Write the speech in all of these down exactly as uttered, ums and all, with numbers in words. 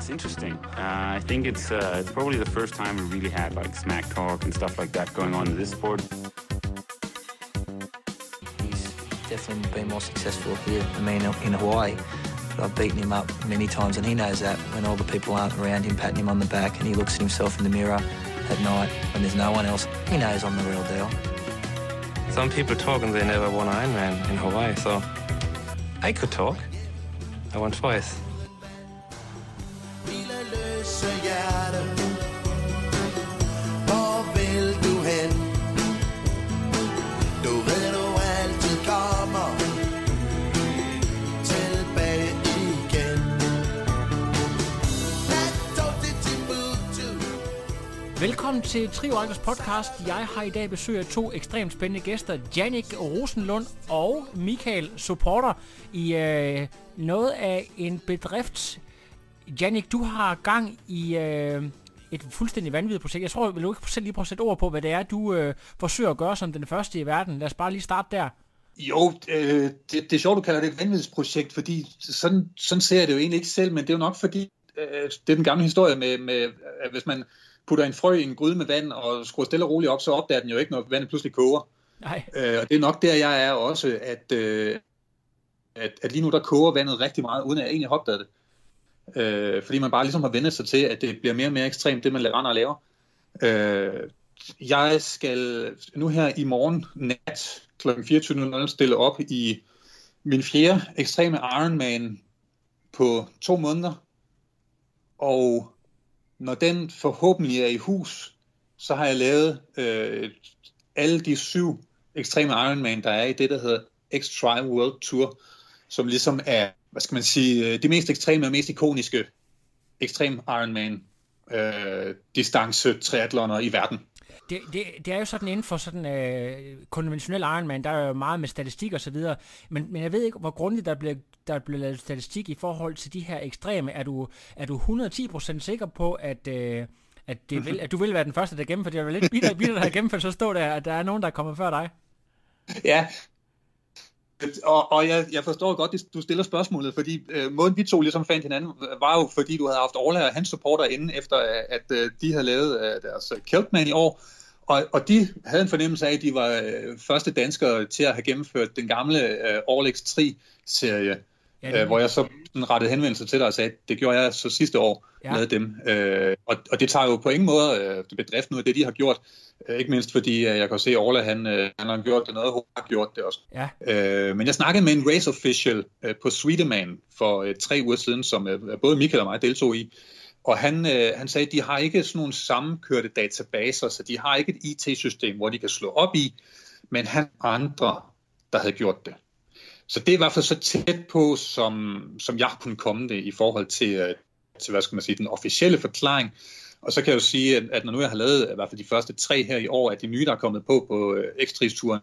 it's interesting. Uh, I think it's uh, it's probably the first time we really had like smack talk and stuff like that going on in this sport. He's definitely been more successful here than me in Hawaii. But I've beaten him up many times, and he knows that when all the people aren't around him patting him on the back and he looks at himself in the mirror at night when there's no one else, he knows I'm the real deal. Some people talk and they never won Ironman in Hawaii, so I could talk. I won twice. Velkommen til Triorankers podcast. Jeg har i dag besøg af to ekstremt spændende gæster. Jannik Rosenlund og Michael Supporter i øh, noget af en bedrift. Jannik, du har gang i øh, et fuldstændig vanvittigt projekt. Jeg tror, vil du ikke selv lige prøve at sætte ord på, hvad det er, du øh, forsøger at gøre som den første i verden. Lad os bare lige starte der. Jo, øh, det, det er sjovt, du kalder det et vanvittighedsprojekt, fordi sådan, sådan ser jeg det jo egentlig ikke selv, men det er jo nok fordi, øh, det er den gamle historie med, med at hvis man putter en frø i en gryde med vand og skruer stille og roligt op, så opdager den jo ikke, når vandet pludselig koger. Nej. Øh, og det er nok der, jeg er også, at, øh, at, at lige nu der koger vandet rigtig meget, uden at jeg egentlig har opdaget det. Øh, fordi man bare ligesom har vendt sig til, at det bliver mere og mere ekstremt, det man render og laver. Øh, jeg skal nu her i morgen nat klokken fireogtyve nul nul stille op i min fjerde ekstreme Ironman på to måneder. Og når den forhåbentlig er i hus, så har jeg lavet øh, alle de syv ekstreme Ironman, der er i det, der hedder X-Tri World Tour, som ligesom er, hvad skal man sige, de mest ekstreme og mest ikoniske ekstreme Ironman øh, distance triathloner i verden. Det, det, det er jo sådan inden for sådan øh, konventionel Ironman, der er jo meget med statistik og så videre, men, men jeg ved ikke, hvor grundigt der bliver, der bliver lavet statistik i forhold til de her ekstreme. Er du, er du hundrede og ti procent sikker på, at, øh, at, det vil, at du vil være den første, der gennemfører? Det er jo lidt bitter, bitter der har gennemført, så står der, at der er nogen, der er kommet før dig. Ja, og, og jeg, jeg forstår godt, at du stiller spørgsmålet, fordi øh, måden vi to ligesom fandt hinanden, var jo fordi du havde haft Orla og hans supporter inde, efter at, at de havde lavet øh, deres Keltman i år, og, og de havde en fornemmelse af, at de var øh, første danskere til at have gennemført den gamle øh, All X tre-serie, ja, øh, hvor jeg så rettede henvendelse til dig og sagde, at det gjorde jeg så sidste år ja. med dem. Øh, og, og det tager jo på ingen måde øh, bedrift nu af det, de har gjort. Øh, ikke mindst fordi øh, jeg kan se, at Orla han, øh, han har gjort det noget, og har gjort det også. Ja. Øh, men jeg snakkede med en race official øh, på Swedeman for øh, tre uger siden, som øh, både Michael og mig deltog i. Og han, øh, han sagde, at de har ikke sådan nogle sammenkørte databaser, så de har ikke et I T-system, hvor de kan slå op i, men han og andre, der havde gjort det. Så det er i hvert fald så tæt på, som, som jeg kunne komme det i forhold til, øh, til hvad skal man sige, den officielle forklaring. Og så kan jeg jo sige, at, at når nu jeg har lavet i hvert fald de første tre her i år, at de nye, der er kommet på på øh, X-Tri-turen,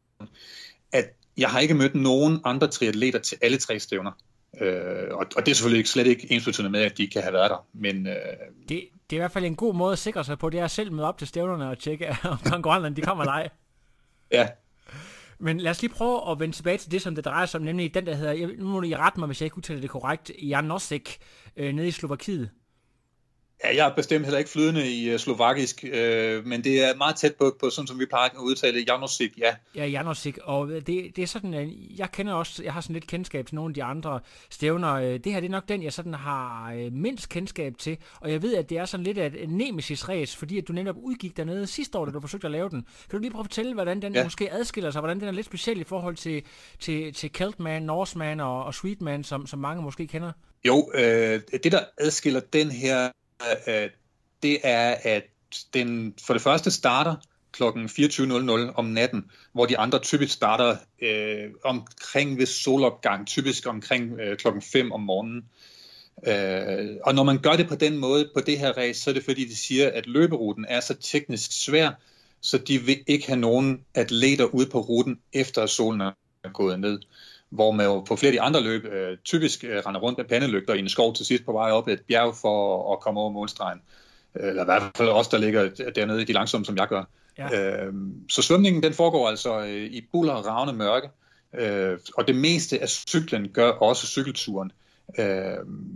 at jeg har ikke mødt nogen andre triatleter til alle tre stævner. Øh, og, og det er selvfølgelig ikke, slet ikke ensbetydende med, at de kan have været der. Men, øh, det, det er i hvert fald en god måde at sikre sig på, det er at selv møde op til stævnerne og tjekke, om konkurrenterne de kommer dig. Ja. Men lad os lige prøve at vende tilbage til det, som det drejer sig om, nemlig den, der hedder, nu må I rette mig, hvis jeg ikke udtaler det korrekt, Jánošík øh, nede i Slovakiet. Ja, jeg er bestemt heller ikke flydende i uh, slovakisk, øh, men det er meget tæt på, på sådan som vi plejer at udtale Jánošík, ja. Ja, Jánošík, og det, det er sådan, jeg kender også, jeg har sådan lidt kendskab til nogle af de andre stævner. Det her det er nok den, jeg sådan har mindst kendskab til, og jeg ved, at det er sådan lidt af et nemesis-race, fordi at du netop udgik dernede sidste år, da du forsøgte at lave den. Kan du lige prøve at fortælle, hvordan den ja. måske adskiller sig, hvordan den er lidt speciel i forhold til, til, til Keltman, Norseman og, og Swedeman, som, som mange måske kender? Jo, øh, det der adskiller den her, det er, at den for det første starter klokken fireogtyve nul nul om natten, hvor de andre typisk starter øh, omkring ved solopgang, typisk omkring øh, klokken fem om morgenen. Øh, og når man gør det på den måde, på det her race, så er det fordi, de siger, at løberuten er så teknisk svær, så de vil ikke have nogen atleter ude på ruten, efter at solen er gået ned. Hvor man jo på flere af de andre løb øh, typisk øh, render rundt med pandelygter i en skov til sidst på vej op et bjerg for at komme over målstregen. Eller i hvert fald også, der ligger dernede, de langsomme, som jeg gør. Ja. Øh, så svømningen, den foregår altså øh, i buller og ravne mørke. Øh, og det meste af cyklen gør også cykelturen. Øh,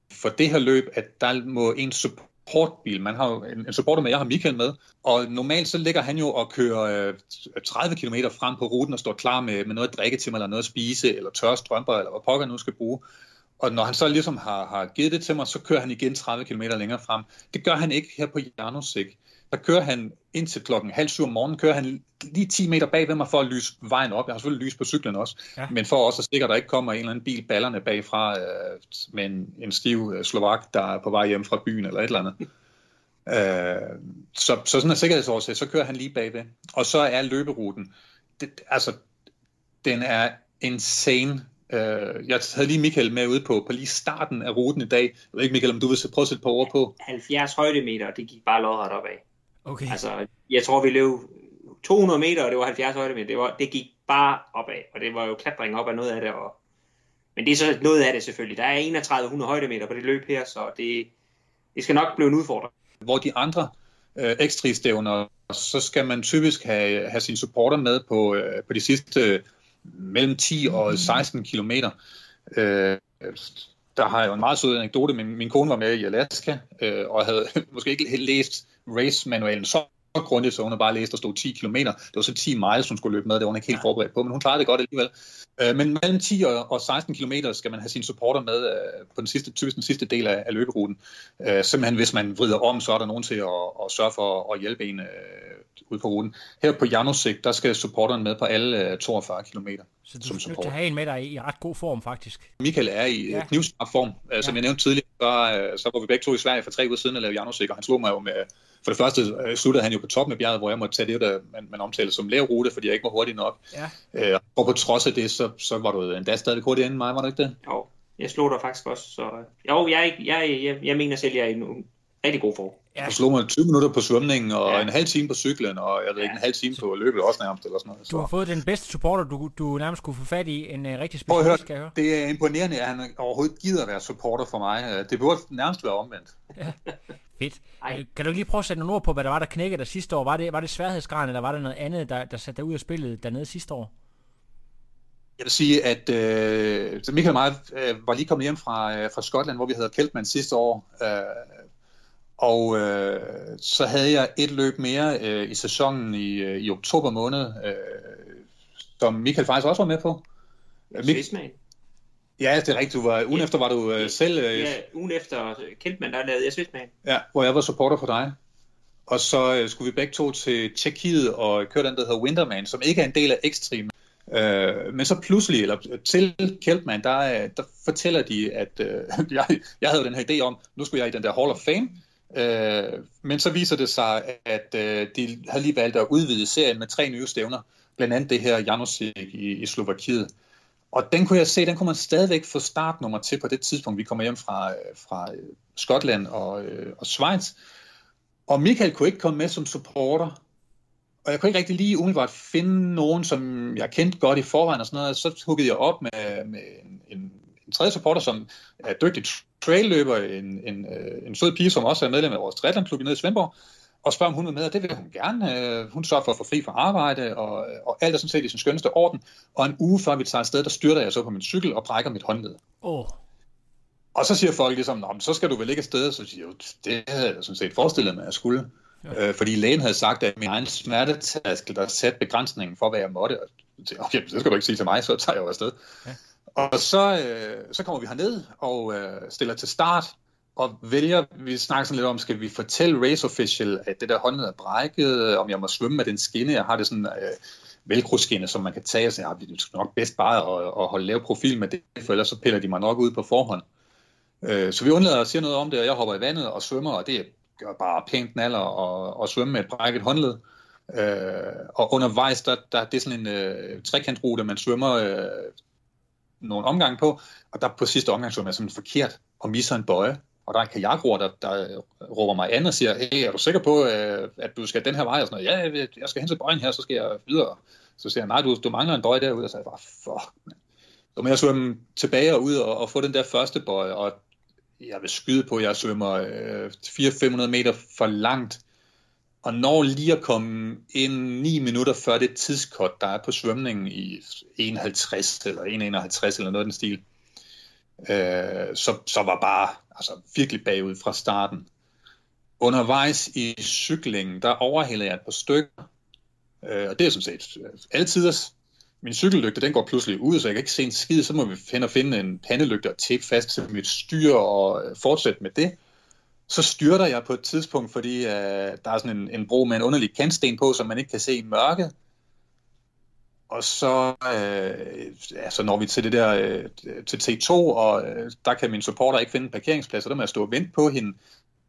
for det her løb, at der må en supportbil, man har jo en, en supporter med, jeg har Michael med, og normalt så ligger han jo og kører øh, tredive kilometer frem på ruten og står klar med, med noget at drikke til mig, eller noget at spise, eller tørre strømper, eller hvad pokker nu skal bruge. Og når han så ligesom har, har givet det til mig, så kører han igen tredive kilometer længere frem. Det gør han ikke her på Janusik. Der kører han indtil klokken halv syv om morgenen, kører han lige ti meter bag ved mig for at lyse vejen op. Jeg har selvfølgelig lys på cyklen også, ja. Men for også at sikre, at der ikke kommer en eller anden bil ballerne bagfra øh, med en, en stiv øh, slovak, der er på vej hjem fra byen eller et eller andet. øh, så, så sådan en sikkerhedsårsag, så kører han lige bagved. Og så er løberuten, det, altså, den er insane. Uh, jeg havde lige Michael med ude på, på lige starten af ruten i dag. Jeg ved ikke, Michael, om du vil prøve at sætte på over på. halvfjerds højdemeter, det gik bare lodret opad. Okay. Altså, jeg tror, vi løb to hundrede meter, og det var halvfjerds højdemeter. Det, var, det gik bare opad, og det var jo klatring op af noget af det. Og... Men det er så noget af det selvfølgelig. Der er enogtredive hundrede højdemeter på det løb her, så det, det skal nok blive en udfordring. Hvor de andre øh, ekstristævner, så skal man typisk have, have sine supporter med på, øh, på de sidste mellem ti og seksten kilometer. Øh, der har jeg jo en meget sød anekdote. Min, min kone var med i Alaska, øh, og havde måske ikke læst race-manualen så grundigt, så hun havde bare læst, der stod ti kilometer. Det var så ti miles, hun skulle løbe med, det var hun ikke helt forberedt på, men hun klarede det godt alligevel. Øh, men mellem ti og seksten kilometer skal man have sine supporter med øh, på den sidste, typisk den sidste del af, af løberuten. Øh, simpelthen, hvis man vrider om, så er der nogen til at, at sørge for at hjælpe en øh, ud på ruten. Her på Janusik, der skal supporteren med på alle øh, toogfyrre kilometer. Så du skal nødt til at have en med dig i ret god form, faktisk. Michael er i ja. knivskarp form. Ja. Som jeg nævnte tidligere, så, så var vi begge to i Sverige for tre uger siden og lavede Janusik, og han slog mig jo med... For det første øh, sluttede han jo på toppen af bjerget, hvor jeg måtte tage det, der man, man omtaler som lav rute, fordi jeg ikke var hurtig nok. Ja. Øh, og på trods af det, så, så var du endda stadig hurtigere end mig, var du ikke det? Jo, jeg slog dig faktisk også. Så... Jo, jeg, jeg, jeg, jeg mener selv, at jeg er i en rigtig god form. Ja. Du slog mig tyve minutter på svømningen, og ja. en halv time på cyklen, og jeg ved ikke, ja. en halv time på løbet også nærmest, eller sådan noget. Så. Du har fået den bedste supporter, du, du nærmest kunne få fat i, en uh, rigtig specialist, skal jeg høre. Det er imponerende, at han overhovedet gider at være supporter for mig. Det burde nærmest være omvendt. Ja. Fedt. Ej. Kan du lige prøve at sætte nogle ord på, hvad der var, der knækkede der sidste år? Var det, var det sværhedsgraden, eller var det noget andet, der, der satte dig ud af spillet dernede sidste år? Jeg vil sige, at øh, Michael og mig øh, var lige kommet hjem fra, øh, fra Skotland, hvor vi havde Keltman sidste år. Øh, og øh, så havde jeg et løb mere øh, i sæsonen i, øh, i oktober måned, øh, som Michael faktisk også var med på. Svidsman. Ja, det er rigtigt. Du var, ugen ja. efter var du øh, selv... Øh, ja, ugen efter Keltman, der lavede jeg Svidsman. Ja, hvor jeg var supporter for dig. Og så øh, skulle vi begge to til Tjekkiet og køre den, der hedder Winterman, som ikke er en del af Extreme. Øh, men så pludselig, eller til Keltman, der, der fortæller de, at øh, jeg, jeg havde den her idé om, nu skulle jeg i den der Hall of Fame. Øh, men så viser det sig, at øh, de havde lige valgt at udvide serien med tre nye stævner. Blandt andet det her Janusik i, i Slovakiet. Og den kunne jeg se, den kunne man stadigvæk få startnummer til på det tidspunkt, vi kommer hjem fra, fra Skotland og, og Schweiz. Og Michael kunne ikke komme med som supporter. Og jeg kunne ikke rigtig lige umiddelbart finde nogen, som jeg kendte godt i forvejen og sådan noget. Så huggede jeg op med, med en, en, en tredje supporter, som er dygtig trailløber, en, en, en sød pige, som også er medlem af vores triathlonklub nede i Svendborg, og spørger, om hun vil med, og det vil hun gerne. Hun sørger for at få fri fra arbejde, og, og alt er sådan set i sin skønneste orden. Og en uge før vi tager afsted, der styrter jeg så på min cykel og brækker mit håndled. Oh. Og så siger folk ligesom, nå, men så skal du vel ikke afsted. Så siger jeg, det havde jeg sådan set forestillet mig, at jeg skulle. Ja. Øh, fordi lægen havde sagt, at min egen smertetaske, der satte begrænsningen for, hvad jeg måtte. Og jeg tænkte, okay, det skal du ikke sige til mig, så tager jeg jo afsted. Ja. Og så, øh, så kommer vi herned og øh, stiller til start. Og vælger, vi snakker sådan lidt om, skal vi fortælle race official, at det der håndled er brækket, om jeg må svømme med den skinne. Jeg har det sådan øh, velcro-skinne, som man kan tage, og så ja, det er nok bedst bare at, at holde lav profil med det, for ellers så piller de mig nok ud på forhånd. Øh, så vi undlader at sige noget om det, og jeg hopper i vandet og svømmer, og det gør bare pænt knaller og, og svømme med et brækket håndled. Øh, og undervejs, der, der det er sådan en øh, trekantrute, man svømmer øh, nogle omgange på, og der på sidste omgang svømmer jeg simpelthen forkert og misser en bøje. Og der er en kajakroer, der, der råber mig an og siger, hey, er du sikker på, at du skal den her vej? Og sådan noget, ja, jeg skal hen til bøjen her, så skal jeg videre. Så siger jeg, nej, du, du mangler en bøje derude. Og så er jeg bare, fuck, man. Så må jeg svømme tilbage og ud og, og få den der første bøje, og jeg vil skyde på, at jeg svømmer øh, fire til fem hundrede meter for langt, og når lige at komme ind ni minutter før det tidskort, der er på svømningen i en halvtreds eller en enoghalvtreds eller noget af den stil. øh, så, så var bare altså, virkelig bagud fra starten. Undervejs i cyklingen, der overhælder jeg et par stykker, øh, og det er sådan set altid. Min cykellygte, den går pludselig ud, så jeg kan ikke se en skid, så må vi hen og finde en pandelygte og tape fast til mit styr og fortsætte med det. Så styrter jeg på et tidspunkt, fordi øh, der er sådan en, en bro med en underlig kantsten på, som man ikke kan se i mørket. Og så, øh, ja, så når vi til det der, øh, til T to, og øh, der kan min supporter ikke finde en parkeringsplads, og der må jeg stå og vente på hende.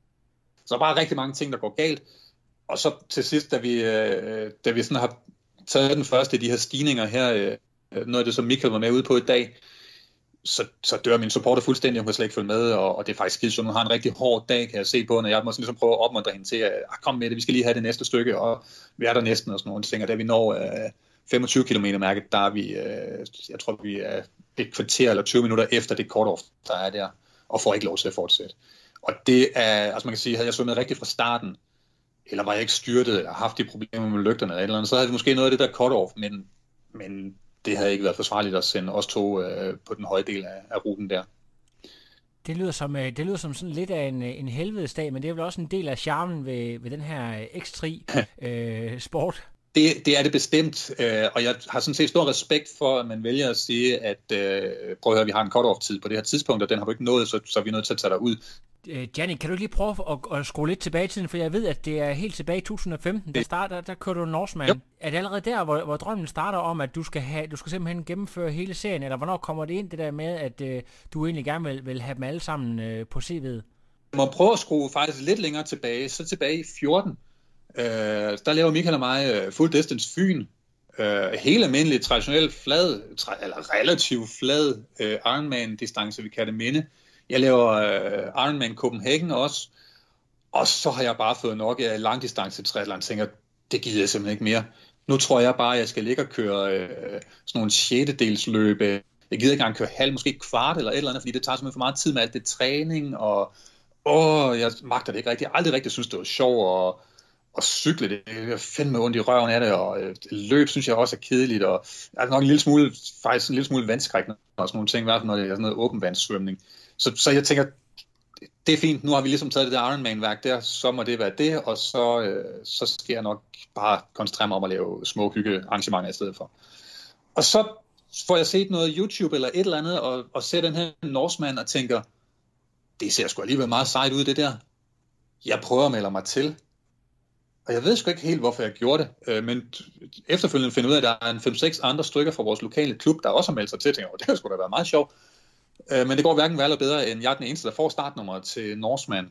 Så der er bare rigtig mange ting, der går galt. Og så til sidst, da vi, øh, da vi sådan har taget den første af de her stigninger her, øh, noget af det, som Michael var med ude på i dag, så, så dør min supporter fuldstændig, hun kan slet ikke følge med, og, og det er faktisk skidt, så hun har en rigtig hård dag, kan jeg se på, når jeg må sådan ligesom prøve at opmuntre hende til, at kom med det, vi skal lige have det næste stykke, og vi er der næsten, og sådan nogle ting, og da vi når øh, femogtyve kilometer mærket, der er vi, øh, jeg tror vi er et kvarter eller tyve minutter efter det cut-off, der er der, og får ikke lov til at fortsætte. Og det er, altså man kan sige, havde jeg svømmet rigtigt fra starten, eller var jeg ikke styrtet, eller haft de problemer med lygterne, eller, eller andet, så havde vi måske noget af det der cut-off, men, men det havde ikke været forsvarligt at sende os to øh, på den høje del af, af ruten der. Det lyder som, det lyder som sådan lidt af en, en helvedesdag, men det er vel også en del af charmen ved, ved den her X tre øh, sport. Det, det er det bestemt, øh, og jeg har sådan set stor respekt for, at man vælger at sige, at øh, prøv at høre, vi har en cut-off-tid på det her tidspunkt, og den har du ikke nået, så, så er vi nødt til at tage dig ud. Øh, Jannik, kan du lige prøve at, at skrue lidt tilbage i tiden, for jeg ved, at det er helt tilbage i to tusind og femten, der starter, der kører du Norseman. Yep. Er det allerede der, hvor, hvor drømmen starter om, at du skal, have, du skal simpelthen gennemføre hele serien, eller hvornår kommer det ind, det der med, at øh, du egentlig gerne vil, vil have dem alle sammen øh, på C V'et? Jeg må prøve at skrue faktisk lidt længere tilbage, så tilbage i fjorten. Uh, der laver Michael og mig uh, Full Distance Fyn. Uh, helt almindelig, traditionel flad, tra- eller relativt flad uh, Ironman-distance, vi kan det minde. Jeg laver uh, Ironman Copenhagen også. Og så har jeg bare fået nok af langdistance triathlon, tænker, det gider jeg simpelthen ikke mere. Nu tror jeg bare, at jeg skal ligge og køre uh, sådan nogle sjettedelsløb. Jeg gider ikke engang køre halv, måske kvart eller et eller andet, fordi det tager simpelthen for meget tid med alt det træning. Og åh, jeg magter det ikke rigtigt. Jeg har aldrig rigtig synes, det var sjovt og og cykle, det er fandme ondt i røven af det, og øh, løb synes jeg også er kedeligt, og jeg er nok en lille smule, faktisk en lille smule vandskrækkende, og sådan nogle ting, i hvert fald når det er sådan noget åbenvandssvømning. Så, så jeg tænker, det er fint, nu har vi ligesom taget det der Ironman-værk der, så må det være det, og så, øh, så skal jeg nok bare koncentrere mig om at lave små hygge arrangementer i stedet for. Og så får jeg set noget YouTube eller et eller andet, og, og ser den her Norseman og tænker, det ser sgu alligevel meget sejt ud, det der. Jeg prøver at melde mig til. Og jeg ved sgu ikke helt, hvorfor jeg gjorde det, men efterfølgende finder jeg ud af, at der er en fem seks andre stykker fra vores lokale klub, der også har meldt sig til. Jeg tænker, det skulle da være meget sjovt. Men det går hverken værre eller bedre, end jeg er den eneste, der får startnummeret til Norseman.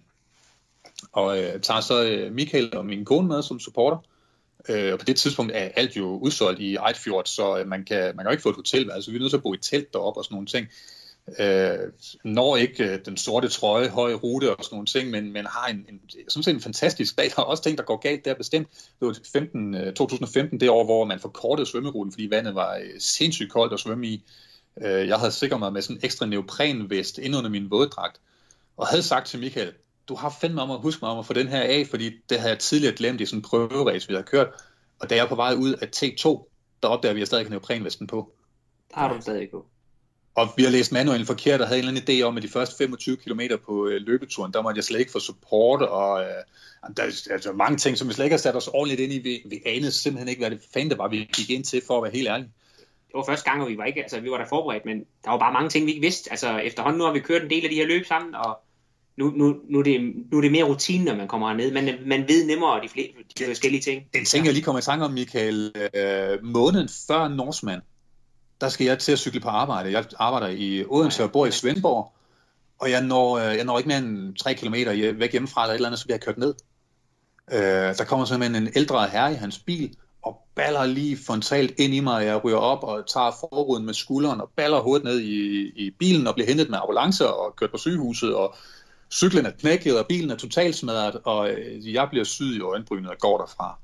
Og øh, tager så øh, Michael og min kone med som supporter. Øh, og på det tidspunkt er alt jo udsolgt i Eidfjord, så øh, man, kan, man kan jo ikke få et hotel. Altså vi er nødt til at bo i telt deroppe og sådan nogle ting. Øh, når ikke øh, den sorte trøje, høje rute og sådan nogle ting, men, men har en, en, sådan set en fantastisk dag. Der er også ting, der går galt der bestemt. Det var femten, øh, to tusind og femten, det år, hvor man forkortede svømmeruten, fordi vandet var øh, sindssygt koldt at svømme i. Øh, jeg havde sikret mig med sådan en ekstra neoprenvest ind under min våddragt, og havde sagt til Michael, du har fandme om at huske mig om at få den her af, fordi det havde jeg tidligere glemt i sådan en prøveræs, vi havde kørt. Og da jeg er på vej ud af T to, der opdager vi, at jeg stadig har neoprenvesten på. Der har du stadig på. Og vi har læst manualen forkert og havde en eller anden idé om, at de første femogtyve kilometer på øh, løbeturen, der måtte jeg slet ikke få support, og øh, der, der, der er mange ting, som vi slet ikke har sat os ordentligt ind i. Vi, vi anede simpelthen ikke, hvad det fanden det var, vi gik ind til, for at være helt ærlig. Det var første gang, og vi var ikke, altså vi var der forberedt, men der var bare mange ting, vi ikke vidste. Altså efterhånden nu har vi kørt en del af de her løb sammen, og nu, nu, nu, er, det, nu er det mere rutine, når man kommer herned. Man, man ved nemmere de, flere, de forskellige ting. En ting, jeg lige kommer i tanke om, Michael, øh, måneden før Norseman, der skal jeg til at cykle på arbejde. Jeg arbejder i Odense og bor i Svendborg, og jeg når, jeg når ikke mere end tre kilometer væk hjemmefra, eller et eller andet, så bliver jeg kørt ned. Øh, der kommer simpelthen en ældre herre i hans bil, og baller lige frontalt ind i mig, og jeg ryger op og tager forruden med skulderen, og baller hovedet ned i, i bilen, og bliver hentet med ambulance og kørt på sygehuset, og cyklen er knækket, og bilen er totalt smadret, og jeg bliver syet i øjenbrynet og går derfra.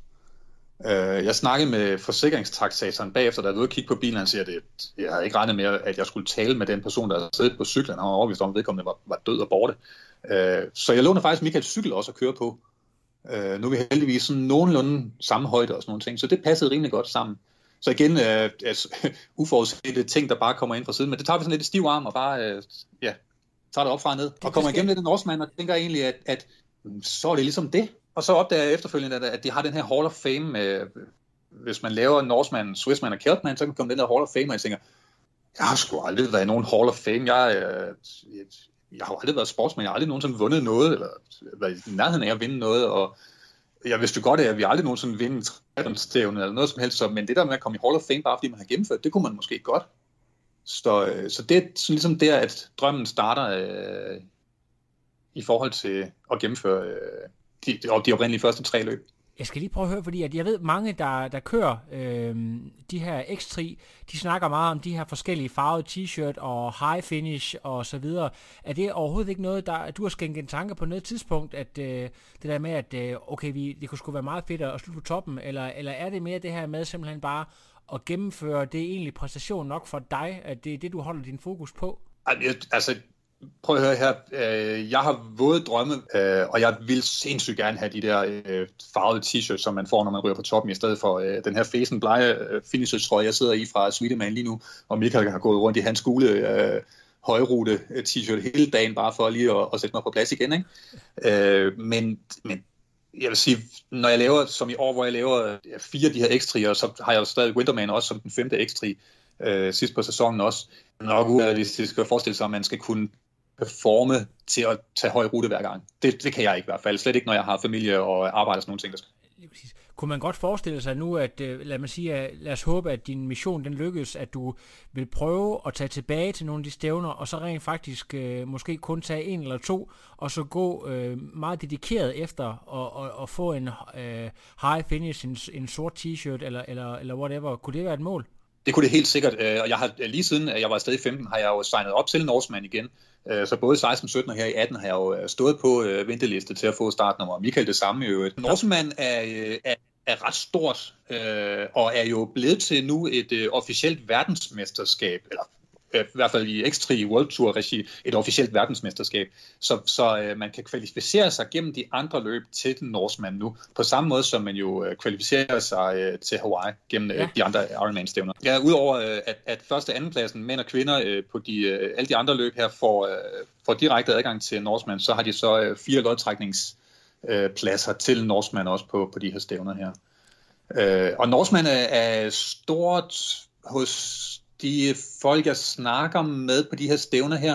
Jeg snakkede med forsikringstaksatoren bagefter, da jeg var ude og kigge på bilen, han siger, at jeg havde ikke regnet med, at jeg skulle tale med den person, der havde siddet på cyklen, han var overbevist om, at vedkommende var, var død og borte. Så jeg låner faktisk Michaels cykel også at køre på. Nu er vi heldigvis sådan nogenlunde samme højde og sådan nogle ting, så det passede rimelig godt sammen. så igen, øh, altså, uforudsete ting, der bare kommer ind fra siden, men det tager vi sådan lidt i stiv arm, og bare, øh, ja, tager det op fra og ned, det, og kommer igennem lidt en Norseman, og tænker egentlig, at, at så er det ligesom det, og så opdager jeg efterfølgende, at, at de har den her Hall of Fame, øh, hvis man laver Norseman, Swissman og Keltman, så kan man komme den der Hall of Fame, og jeg tænker, jeg har sgu aldrig været i nogen Hall of Fame, jeg, øh, jeg, jeg har aldrig været sportsman, jeg har aldrig nogensinde vundet noget, eller været i nærheden af at vinde noget, og jeg vidste jo godt, at vi aldrig nogensinde vinde en triathlon-stævne eller noget som helst, så, men det der med at komme i Hall of Fame, bare fordi man har gennemført, det kunne man måske godt. Så, så det er sådan ligesom der, at drømmen starter øh, i forhold til at gennemføre øh, de, de oprindelige første tre løb. Jeg skal lige prøve at høre, fordi at jeg ved, mange, der, der kører øh, de her X tre, de snakker meget om de her forskellige farvede t-shirt og high finish og så videre. Er det overhovedet ikke noget, der du har skænket en tanke på noget tidspunkt, at øh, det der med, at øh, okay, vi, det kunne sgu være meget fedt at slutte på toppen, eller, eller er det mere det her med simpelthen bare at gennemføre det egentlig præstation nok for dig, at det er det, du holder din fokus på? Altså, prøv at høre her. Jeg har våde drømme, og jeg vil sindssygt gerne have de der farvede t-shirts, som man får, når man ryger på toppen, i stedet for den her fesen blege finisher-trøje, jeg sidder i fra Swedeman lige nu, og Michael har gået rundt i hans gule højrute t-shirt hele dagen, bare for lige at, at sætte mig på plads igen. Ikke? Men, men jeg vil sige, når jeg laver, som i år, hvor jeg laver fire af de her X-trier, så har jeg jo stadig Winterman også som den femte X-tri øh, sidst på sæsonen også. Nok urealistisk skal forestille sig, at man skal kunne performe til at tage høj rute hver gang. Det, det kan jeg ikke i hvert fald. Slet ikke, når jeg har familie og arbejder sådan nogle ting. Der skal. Kunne man godt forestille sig nu, at lad mig sige, at, lad os håbe, at din mission den lykkes, at du vil prøve at tage tilbage til nogle af de stævner, og så rent faktisk øh, måske kun tage en eller to, og så gå øh, meget dedikeret efter og, og, og få en øh, high finish, en, en sort t-shirt eller, eller, eller whatever. Kunne det være et mål? Det kunne det helt sikkert, og jeg har lige siden jeg var afsted i femten, har jeg jo signet op til Norseman igen. Så både seksten, sytten og her i atten har jeg jo stået på venteliste til at få startnummer. Michael det samme jo. Norseman er, er, er ret stort, og er jo blevet til nu et officielt verdensmesterskab, eller i hvert fald i X tre World Tour regi, et officielt verdensmesterskab. Så, så man kan kvalificere sig gennem de andre løb til den Norseman nu, på samme måde som man jo kvalificerer sig til Hawaii gennem ja. de andre Ironman-stævner. Ja, udover at, at første og andenpladsen, mænd og kvinder, på de, alle de andre løb her får, får direkte adgang til Norseman, så har de så fire lodtrækningspladser til Norseman også på, på de her stævner her. Og Norseman er stort hos de folk, jeg snakker med på de her stævner her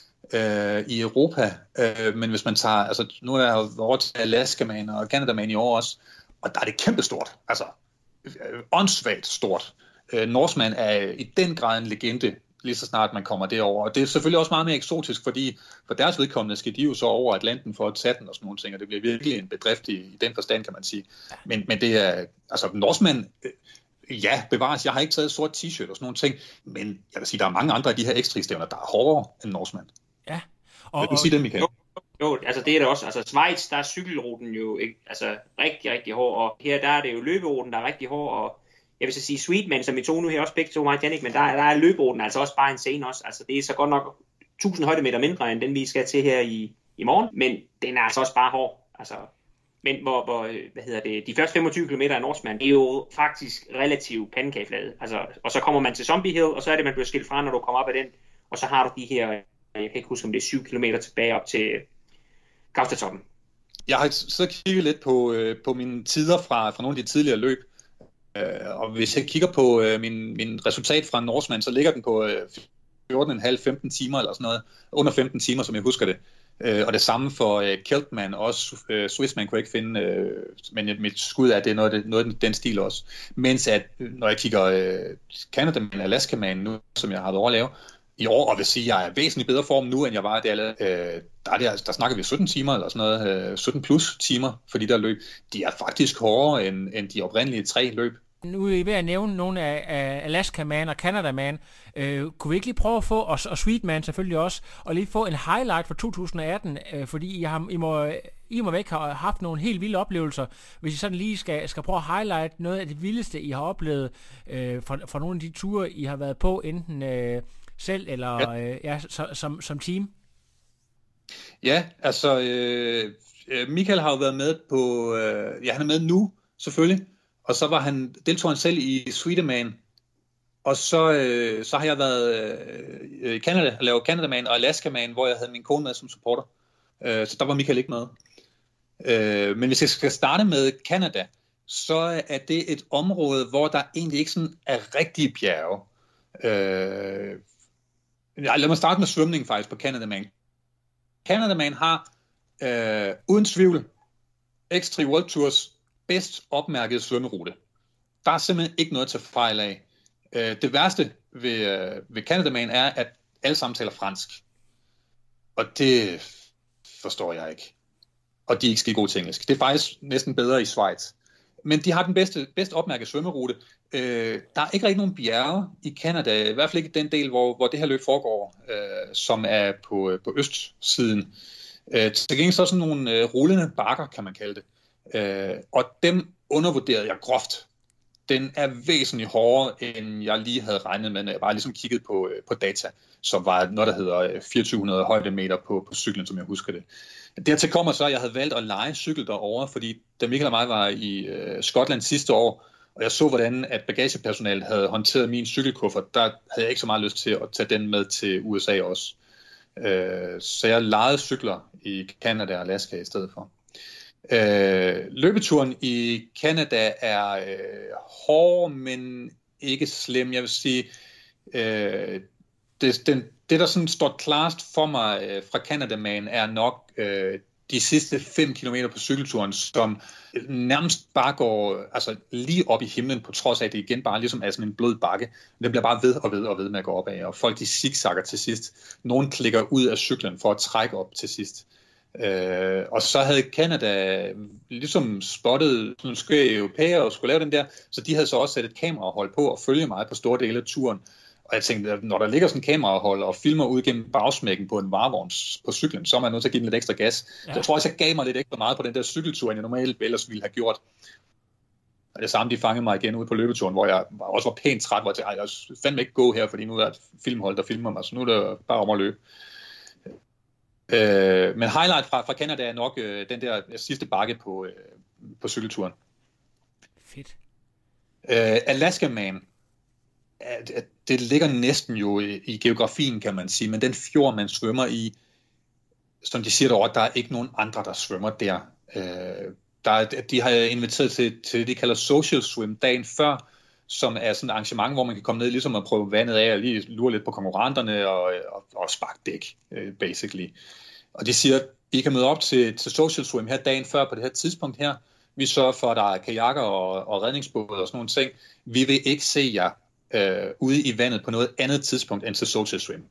øh, i Europa, øh, men hvis man tager, altså nu er jeg jo over til Alaska-man og Canada-man i år også, og der er det kæmpestort, altså øh, åndssvagt stort. Øh, Norseman er i den grad en legende, lige så snart man kommer derover, og det er selvfølgelig også meget mere eksotisk, fordi for deres vedkommende skal de jo så over Atlanten for at tage den og sådan nogle ting, og det bliver virkelig en bedrift i, i den forstand, kan man sige. Men, men det er, altså Norseman, øh, ja, bevares. Jeg har ikke taget sort t-shirt og sådan nogle ting, men jeg vil sige, der er mange andre af de her X-tri-stævner, der er hårdere end Norseman. Ja. Og, vil du sige det, Michael? Jo, jo, altså det er det også. Altså Schweiz, der er cykelruten jo ikke, altså rigtig, rigtig hård, og her der er det jo løberuten, der er rigtig hård, og jeg vil så sige Swedeman, som vi tog nu her også begge to, mig Jannik, men der, der er løberuten altså også bare en scene også. Altså det er så godt nok tusind højdemeter mindre, end den vi skal til her i, i morgen, men den er altså også bare hård. Altså Men hvor, hvor, hvad hedder det, de første femogtyve kilometer af Norseman er jo faktisk relativt pandekageflade. Altså, og så kommer man til Zombie Hill, og så er det, man bliver skilt fra, når du kommer op af den. Og så har du de her, jeg kan ikke huske, om det er syv kilometer tilbage op til Gaustatoppen. Jeg har så kigget lidt på, øh, på mine tider fra, fra nogle af de tidligere løb. Øh, og hvis jeg kigger på øh, min, min resultat fra Norseman, så ligger den på øh, fjorten komma fem til femten timer eller sådan noget. Under femten timer, som jeg husker det. Uh, og det samme for uh, Keltman, også uh, Swissman kunne jeg ikke finde, uh, men mit skud er, at det er noget af, det, noget af den stil også. Mens at, når jeg kigger uh, Canada-man, Alaska-man nu, som jeg har været over at lave, i år, og vil sige, at jeg er væsentligt bedre form nu, end jeg var, der, uh, der, er det, der snakker vi sytten timer, eller sådan noget, uh, sytten plus timer for de der løb. De er faktisk hårdere end, end de oprindelige tre løb. Nu er I ved at nævne nogle af, af Alaska-man og Canada-man. Øh, kunne vi ikke lige prøve at få, og, og Swedeman selvfølgelig også, og lige få en highlight for to tusind atten, øh, fordi I, har, I, må, I må væk have haft nogle helt vilde oplevelser, hvis I sådan lige skal, skal prøve at highlight noget af det vildeste, I har oplevet øh, fra, fra nogle af de ture, I har været på, enten øh, selv eller ja. Øh, ja, så, som, som team. Ja, altså øh, Michael har jo været med på, øh, ja han er med nu, selvfølgelig, og så var han, deltog han selv i Swedeman, og så, øh, så har jeg været øh, i Canada, og lavet Canadaman og Alaskaman, hvor jeg havde min kone med som supporter. Øh, så der var Michael ikke med. Øh, men hvis jeg skal starte med Canada, så er det et område, hvor der egentlig ikke sådan er rigtige bjerge. Øh, lad mig starte med svømning faktisk på Canadaman. Canadaman har øh, uden tvivl X tre World Tours bedst opmærkede svømmerute. Der er simpelthen ikke noget til fejl af. Øh, det værste ved, øh, ved Canadaman er, at alle sammen taler fransk. Og det forstår jeg ikke. Og de er ikke skide gode til engelsk. Det er faktisk næsten bedre i Schweiz. Men de har den bedste, bedst opmærkede svømmerute. Øh, der er ikke rigtig nogen bjerge i Canada, i hvert fald ikke den del, hvor, hvor det her løb foregår, øh, som er på, på østsiden. Øh, til gengæld så er sådan nogle øh, rullende bakker, kan man kalde det. Øh, og dem undervurderede jeg groft. Den er væsentligt hårdere, end jeg lige havde regnet med, når jeg bare ligesom kiggede på, øh, på data, som var noget, der hedder fireogtyve hundrede højdemeter på, på cyklen, som jeg husker det. Dertil kommer så, at jeg havde valgt at leje cykel derovre, fordi da Michael og mig var i øh, Skotland sidste år, og jeg så, hvordan at bagagepersonalet havde håndteret min cykelkuffert, der havde jeg ikke så meget lyst til at tage den med til U S A også. Øh, så jeg lejede cykler i Canada og Alaska i stedet for. Øh, løbeturen i Canada er øh, hård, men ikke slem. Jeg vil sige, øh, det, den, det der sådan står klarest for mig øh, fra Canadaman er nok øh, de sidste fem kilometer på cykelturen, som nærmest bare går altså, lige op i himlen, på trods af, at det igen bare ligesom er sådan en blød bakke. Den bliver bare ved og ved og ved med at gå op af, og folk de zigzagger til sidst. Nogen klikker ud af cyklen for at trække op til sidst. Øh, og så havde Canada ligesom spottet nogle skøre europæer og skulle lave den der, så de havde så også sat et kamerahold på og følge mig på store dele af turen. Og jeg tænkte, når der ligger sådan en kamerahold og filmer ud gennem bagsmækken på en varevogn på cyklen, så er man nødt til at give den lidt ekstra gas. Ja. Så jeg tror også, jeg gav mig lidt ekstra meget på den der cykeltur, end jeg normalt ellers ville have gjort. Og det samme, de fangede mig igen ude på løbeturen, hvor jeg også var pænt træt, hvor jeg tænkte, jeg fandme ikke gå her, fordi nu er der et filmhold, der filmer mig, så nu er det bare om at løbe. Øh, men highlight fra, fra Canada er nok øh, den der sidste bakke på, øh, på cykelturen. Fedt. Øh, Alaska Man, at, at det ligger næsten jo i, i geografien, kan man sige, men den fjord, man svømmer i, som de siger derovre, der er ikke nogen andre, der svømmer der. Øh, der er, de har inviteret til, til det, de kalder social swim dagen før, som er sådan et arrangement, hvor man kan komme ned ligesom at prøve vandet af og lige lure lidt på konkurrenterne og, og, og sparke dæk, øh, basically. Og de siger, I kan møde op til, til social swim her dagen før på det her tidspunkt her. Vi sørger for, at der er kajakker og, og redningsbåde og sådan nogle ting. Vi vil ikke se jer øh, ude i vandet på noget andet tidspunkt end til social swim.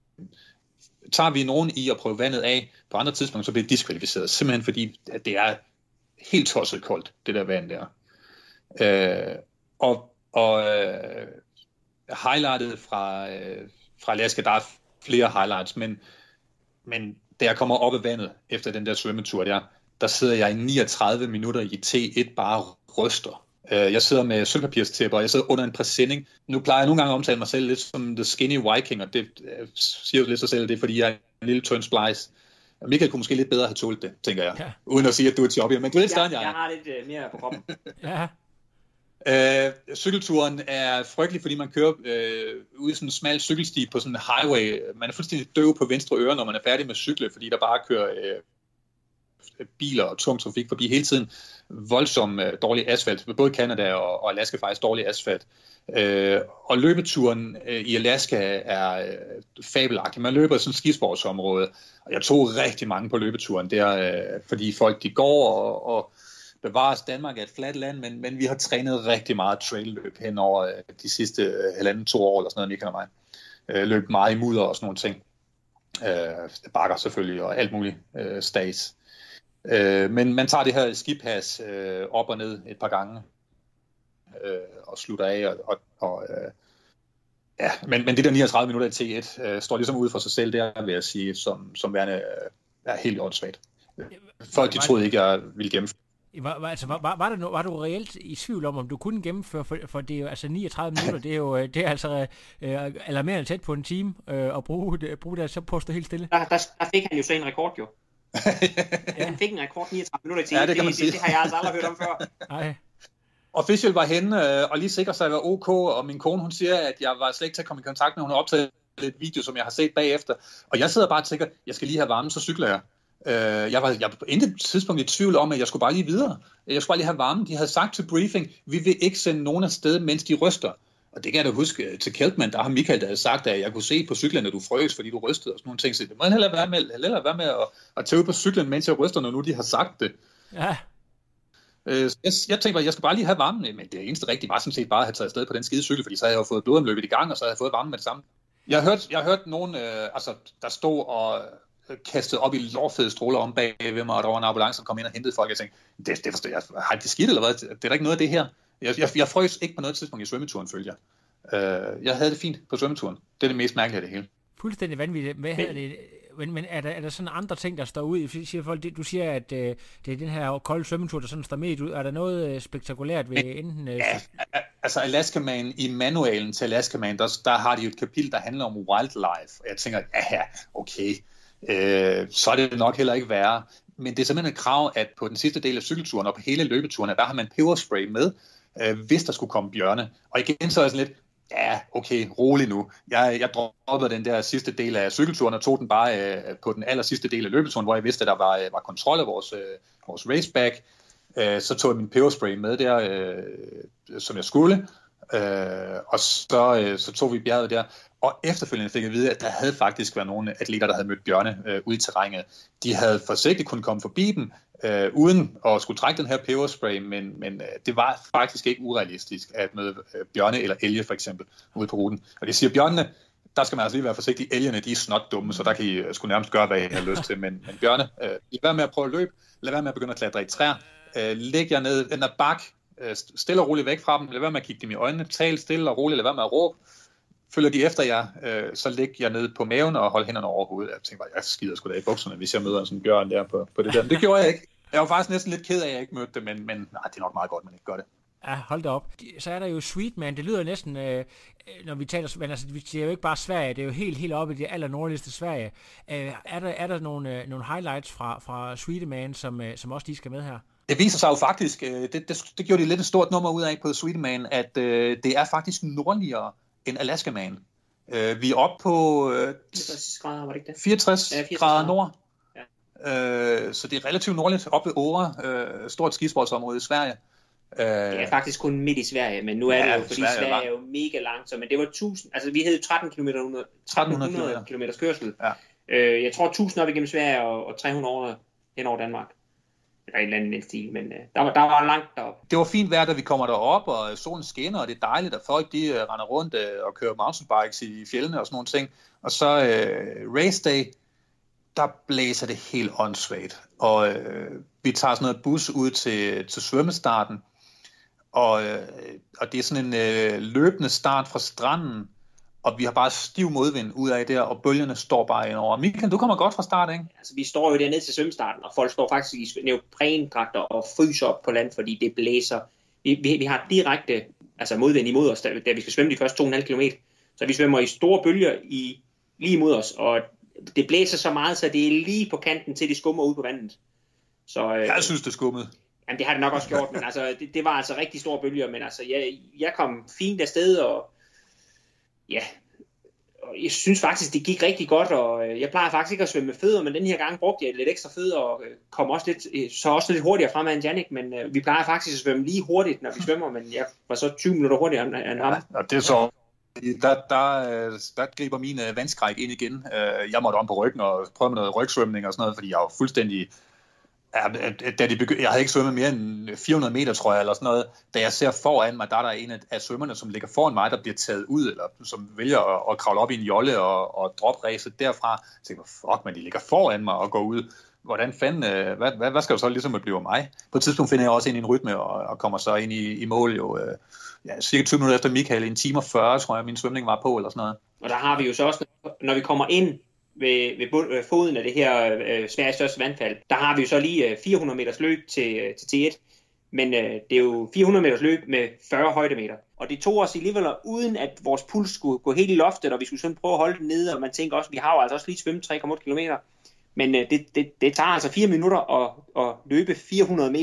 Tager vi nogen i at prøve vandet af på andre tidspunkter, så bliver det diskvalificeret. Simpelthen fordi, at det er helt tosset koldt, det der vand der. Øh, og Og øh, highlightet fra, øh, fra Alaska, der er flere highlights, men, men da jeg kommer op af vandet efter den der svømmetur der, der sidder jeg i niogtredive minutter i T et bare ryster. Øh, jeg sidder med sølvpapirstæpper, og jeg sidder under en præsending. Nu plejer jeg nogle gange at omtale mig selv lidt som the skinny viking, og det øh, siger jo lidt sig selv, det er fordi jeg er en lille tynd splice. Michael kunne måske lidt bedre have tålt det, tænker jeg. Ja. Uden at sige, at du er til op i, men du er lidt større end jeg. Jeg har lidt øh, mere på kroppen. Ja. Øh, cykelturen er frygtelig, fordi man kører øh, ude i sådan en smal cykelsti på sådan en highway. Man er fuldstændig døv på venstre øre, når man er færdig med cykle, fordi der bare kører øh, biler og tung trafik forbi hele tiden. Voldsom øh, dårlig asfalt. Både Canada og, og Alaska faktisk dårlig asfalt. Øh, og løbeturen øh, i Alaska er øh, fabelagtig. Man løber i sådan et skisportsområde, og jeg tog rigtig mange på løbeturen der, øh, fordi folk de går og, og bevares. Danmark er et fladt land, men, men vi har trænet rigtig meget trailløb hen over øh, de sidste øh, halvanden to år, eller sådan noget, Michael og mig. Øh, løb meget i mudder og sådan nogle ting. Øh, bakker selvfølgelig, og alt muligt øh, stads. Øh, men man tager det her skipas øh, op og ned et par gange, øh, og slutter af, og, og, og øh, ja, men, men det der niogtredive minutter i T et øh, står ligesom ude for sig selv, der vil jeg sige, som, som værende øh, er helt åndssvagt. Folk, de troede ikke, jeg ville gennemføre. Var, var, altså, var, var, der, var du reelt i tvivl om, om du kunne gennemføre, for, for det er jo altså niogtredive minutter, det er jo det er altså øh, alarmerende tæt på en time, øh, at bruge det, bruge det så på at stå helt stille. Der, der, der fik han jo så en rekord, jo. Ja. Han fik en rekord niogtredive minutter i time, ja, det, det, det, det, det har jeg altså aldrig hørt om før. Nej. official var henne øh, og lige sikre sig, at jeg var ok, og min kone, hun siger, at jeg var slet ikke til at komme i kontakt med, hun har optaget et video, som jeg har set bagefter, og jeg sidder bare og tænker, jeg skal lige have varmen, så cykler jeg. Øh, jeg var jeg på intet tidspunkt i tvivl om, at jeg skulle bare lige videre. Jeg skulle bare lige have varmen. De havde sagt til briefing, vi vil ikke sende nogen afsted, mens de ryster. Og det kan jeg da huske til Keltman, der har Michael der havde sagt, at jeg kunne se på cyklen, at du frøs, fordi du rystede og sådan nogle ting. Så det må jeg hellere være med, hellere være med at, at tage ud på cyklen, mens jeg ryster, når nu de har sagt det. Ja. Øh, jeg, jeg tænkte bare, jeg skal bare lige have varmen, men det eneste rigtige var sådan set bare at have taget afsted på den skide cykel, fordi så havde jeg jo fået blodomløbet i gang, og så havde jeg fået varmen med det samme. Jeg har hørt, jeg har hørt nogen, øh, altså, der stod og kastet op i lårfede stråler om bag ved mig, og der var en ambulance, der kom ind og hentede folk. Jeg tænkte, det, det forstår jeg. Har det skidt eller hvad? Det er da ikke noget af det her. Jeg, jeg, jeg frøs ikke på noget tidspunkt i svømmeturen, følger jeg. Uh, jeg havde det fint på svømmeturen. Det er det mest mærkelige af det hele. Fuldstændig vanvittigt. Hvad hedder det? Men, men er, der, er der sådan andre ting, der står ud? Siger folk, du siger, at uh, det er den her kolde svømmetur, der sådan står med ud. Er der noget spektakulært ved enten... Uh, ja, altså Alaska Man, i manualen til Alaska Man, der, der har de jo et kapitel, der handler om wildlife. Og jeg tænker, ja, okay, øh, så er det nok heller ikke værre. Men det er simpelthen et krav, at på den sidste del af cykelturen og på hele løbeturen, der har man peberspray med, øh, hvis der skulle komme bjørne. Og igen så er jeg sådan lidt, ja, okay, rolig nu. Jeg, jeg droppede den der sidste del af cykelturen og tog den bare øh, på den aller sidste del af løbeturen, hvor jeg vidste, at der var, var kontrol af vores, øh, vores raceback. Øh, så tog jeg min peberspray med der, øh, som jeg skulle. Øh, og så, øh, så tog vi bjerget der. Og efterfølgende fik jeg at vide, at der havde faktisk været nogle atleter, der havde mødt bjørne øh, ude i terrænet. De havde forsigtigt kunnet komme forbi dem, øh, uden at skulle trække den her peberspray, men, men øh, det var faktisk ikke urealistisk at møde øh, bjørne eller elge for eksempel ude på ruten. Og det siger bjørnene, der skal man altså lige være forsigtig. Elgene, de er snot dumme, så der kan I uh, sgu nærmest gøre, hvad I har lyst til. Men, men bjørne, øh, lad være med at prøve at løbe, lad være med at begynde at klatre i træer, øh, læg jer ned, den der bak, øh, stille og roligt væk fra dem, lad være med at kigge dem i øjnene, tal stille og roligt, lad være med at råbe. Følger de efter jer, øh, så læg jeg ned på maven og hold hænderne over hovedet. Jeg tænkte bare, jeg skider sgu da i bukserne, hvis jeg møder sådan en bjørn der på, på det der. Det gjorde jeg ikke. Jeg var faktisk næsten lidt ked af, at jeg ikke mødte det, men, men nej, det er nok meget godt, man ikke gør det. Ja, hold da op. Så er der jo Sweetman. Det lyder næsten, øh, når vi taler, men altså, det er jo ikke bare Sverige, det er jo helt, helt oppe i det aller nordligste Sverige. Øh, er der, er der nogle, øh, nogle highlights fra, fra Sweetman, som, øh, som også lige skal med her? Det viser sig jo faktisk, øh, det, det, det gjorde de lidt et stort nummer ud af på Sweetman, at øh, det er faktisk nordligere end Alaska Man. Uh, vi er oppe på uh, fireogtres grader, var det ikke det? fireogtres, ja, fireogtres grader nord. Ja. Uh, så det er relativt nordligt, oppe ved Åre, uh, stort skisportsområde i Sverige. Uh, det er faktisk kun midt i Sverige, men nu er ja, det jo, fordi Sverige, Sverige er jo mega langt, så, men det var tusind, altså vi havde tretten kilometer, tretten hundrede kilometers kørsel. Ja. Uh, jeg tror tusind op igennem Sverige og, og tre hundrede over hen over Danmark. Eller en eller anden stil, men uh, der, var, der var langt deroppe. Det var fint vejr, da vi kommer derop, og solen skinner, og det er dejligt, at folk de uh, render rundt uh, og kører mountainbikes i fjellene og sådan nogle ting. Og så uh, race day, der blæser det helt åndssvagt. Og uh, vi tager sådan noget bus ud til, til svømmestarten, og, uh, og det er sådan en uh, løbende start fra stranden, og vi har bare stiv modvind ud af der, og bølgerne står bare indover. Michael, du kommer godt fra start, ikke? Altså, vi står jo dernede til svømmestarten, og folk står faktisk i neoprendragter og fryser op på land, fordi det blæser. Vi, vi, vi har direkte altså modvind imod os, da, da vi skal svømme de første to komma fem kilometer. Så vi svømmer i store bølger i, lige imod os, og det blæser så meget, så det er lige på kanten til, de skummer ud på vandet. Så, øh, jeg synes, det skummede. Jamen, det har det nok også gjort, men altså, det, det var altså rigtig store bølger, men altså, jeg, jeg kom fint afsted, og ja, og jeg synes faktisk, det gik rigtig godt, og jeg plejer faktisk ikke at svømme med fødder, men den her gang brugte jeg lidt ekstra fødder, og kom også lidt, så også lidt hurtigere frem end Jannik, men uh, vi plejer faktisk at svømme lige hurtigt, når vi svømmer, men jeg var så tyve minutter hurtigere end ham. Ja, og det er så, der, der, der griber min uh, vandskræk ind igen. Uh, jeg måtte om på ryggen og prøve med noget rygsvømning og sådan noget, fordi jeg var fuldstændig... Da de begy- jeg havde ikke svømmet mere end fire hundrede meter, tror jeg, eller sådan noget. Da jeg ser foran mig, der er der en af svømmerne, som ligger foran mig, der bliver taget ud, eller som vælger at, at kravle op i en jolle og, og droppe ræset derfra. Jeg tænker, fuck, men de ligger foran mig og går ud. Hvordan fanden, hvad, hvad, hvad skal du så ligesom at blive mig? På et tidspunkt finder jeg også ind i en rytme, og, og kommer så ind i, i mål jo, ja, cirka tyve minutter efter Michael, en time og fyrre, tror jeg, min svømning var på, eller sådan noget. Og der har vi jo så også, når vi kommer ind ved, ved foden af det her øh, Sveriges største vandfald, der har vi jo så lige øh, fire hundrede meters løb til, øh, til T et, men øh, det er jo fire hundrede meters løb med fyrre højdemeter. Og det tog os alligevel, uden at vores puls skulle gå helt i loftet, og vi skulle sådan prøve at holde den nede, og man tænker også, vi har jo altså også lige svømmet tre komma otte kilometer, men øh, det, det, det tager altså fire minutter at, at løbe fire hundrede meter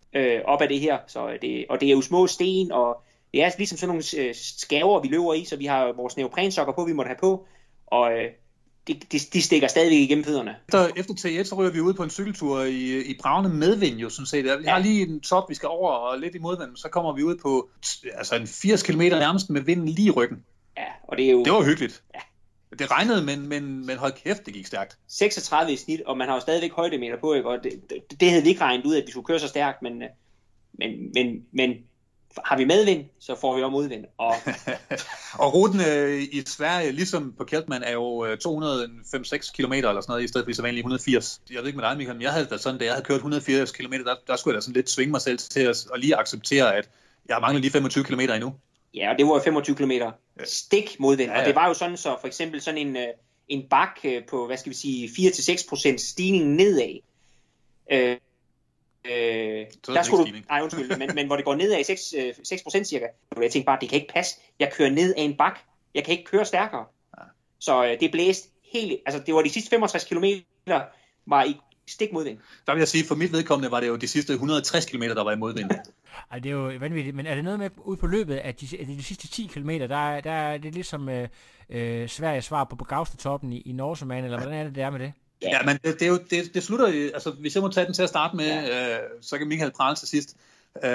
øh, op ad det her. Så det, og det er jo små sten, og det er ligesom sådan nogle øh, skæver, vi løber i, så vi har vores neoprensokker på, vi måtte have på, og øh, de, de, de stikker stadigvæk igennem fødderne. Efter, efter T et, så ryger vi ud på en cykeltur i, i bravende medvind, jo sådan set. Vi har ja. lige en top, vi skal over, og lidt i modvind, så kommer vi ud på altså en firs kilometer nærmest med vinden lige i ryggen. Ja, og det er jo... Det var hyggeligt. Ja. Det regnede, men, men, men hold kæft, det gik stærkt. seksogtredive i snit, og man har jo stadigvæk højdemeter på, ikke? Og det, det, det havde vi ikke regnet ud, at vi skulle køre så stærkt, men, men, men, men har vi medvind, så får vi også modvind. Og, og ruten øh, i Sverige, ligesom på Kjeltman, er jo to hundrede og fem til seks kilometer eller sådan noget, i stedet for så vanligt et hundrede og firs. Jeg ved ikke med dig, Michael, men jeg havde da sådan, da jeg havde kørt et hundrede og firs kilometer, der, der skulle jeg da sådan lidt svinge mig selv til at, at lige acceptere, at jeg mangler lige femogtyve kilometer endnu. Ja, og det var jo femogtyve kilometer stik modvind, ja, ja. Og det var jo sådan, så for eksempel sådan en, en bak på, hvad skal vi sige, fire til seks procent stigning nedad. Øh, øh, der skulle du, nej, undskyld, men, men hvor det går nedad seks procent cirka. Jeg tænkte bare, det kan ikke passe. Jeg kører ned af en bak. Jeg kan ikke køre stærkere. Ja. Så øh, det blæste helt, altså det var de sidste femogtres kilometer, var i stik modvind. Der vil jeg sige, for mit vedkommende var det jo de sidste et hundrede og tres kilometer, der var i modvind. Ej, det er jo vanvittigt, men er det noget med ude på løbet, at de, at de sidste ti kilometer, der, der er det ligesom øh, øh, Sveriges svar på Gaustatoppen i, i Norseman, eller hvordan er det, det er med det? Ja, ja, men det, det, er jo, det, det slutter jo, altså hvis jeg må tage den til at starte med, ja. øh, så kan Michael prale til sidst. Øh,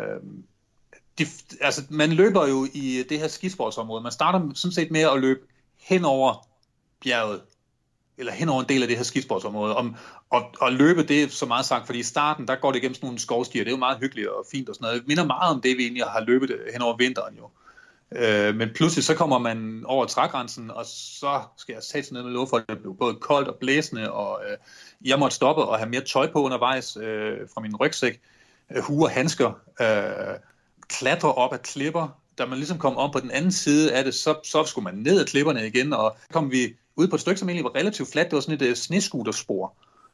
de, altså man løber jo i det her skisportsområde, man starter sådan set med at løbe hen over bjerget, eller hen over en del af det her skisportsområde. Om, og, og løbe, det er så meget sagt, fordi i starten, der går det igennem sådan nogle skovstier, det er jo meget hyggeligt og fint og sådan noget. Det minder meget om det, vi egentlig har løbet hen over vinteren jo. Øh, men pludselig så kommer man over trægrænsen, og så skal jeg sætte ned med lov for, at det blev både koldt og blæsende, og øh, jeg måtte stoppe og have mere tøj på undervejs øh, fra min rygsæk, øh, hue og handsker, øh, klatre op ad klipper. Da man ligesom kom om på den anden side af det, så, så skulle man ned ad klipperne igen, og så kom vi ude på et stykke, som egentlig var relativt fladt. Det var sådan et uh, snescooterspor.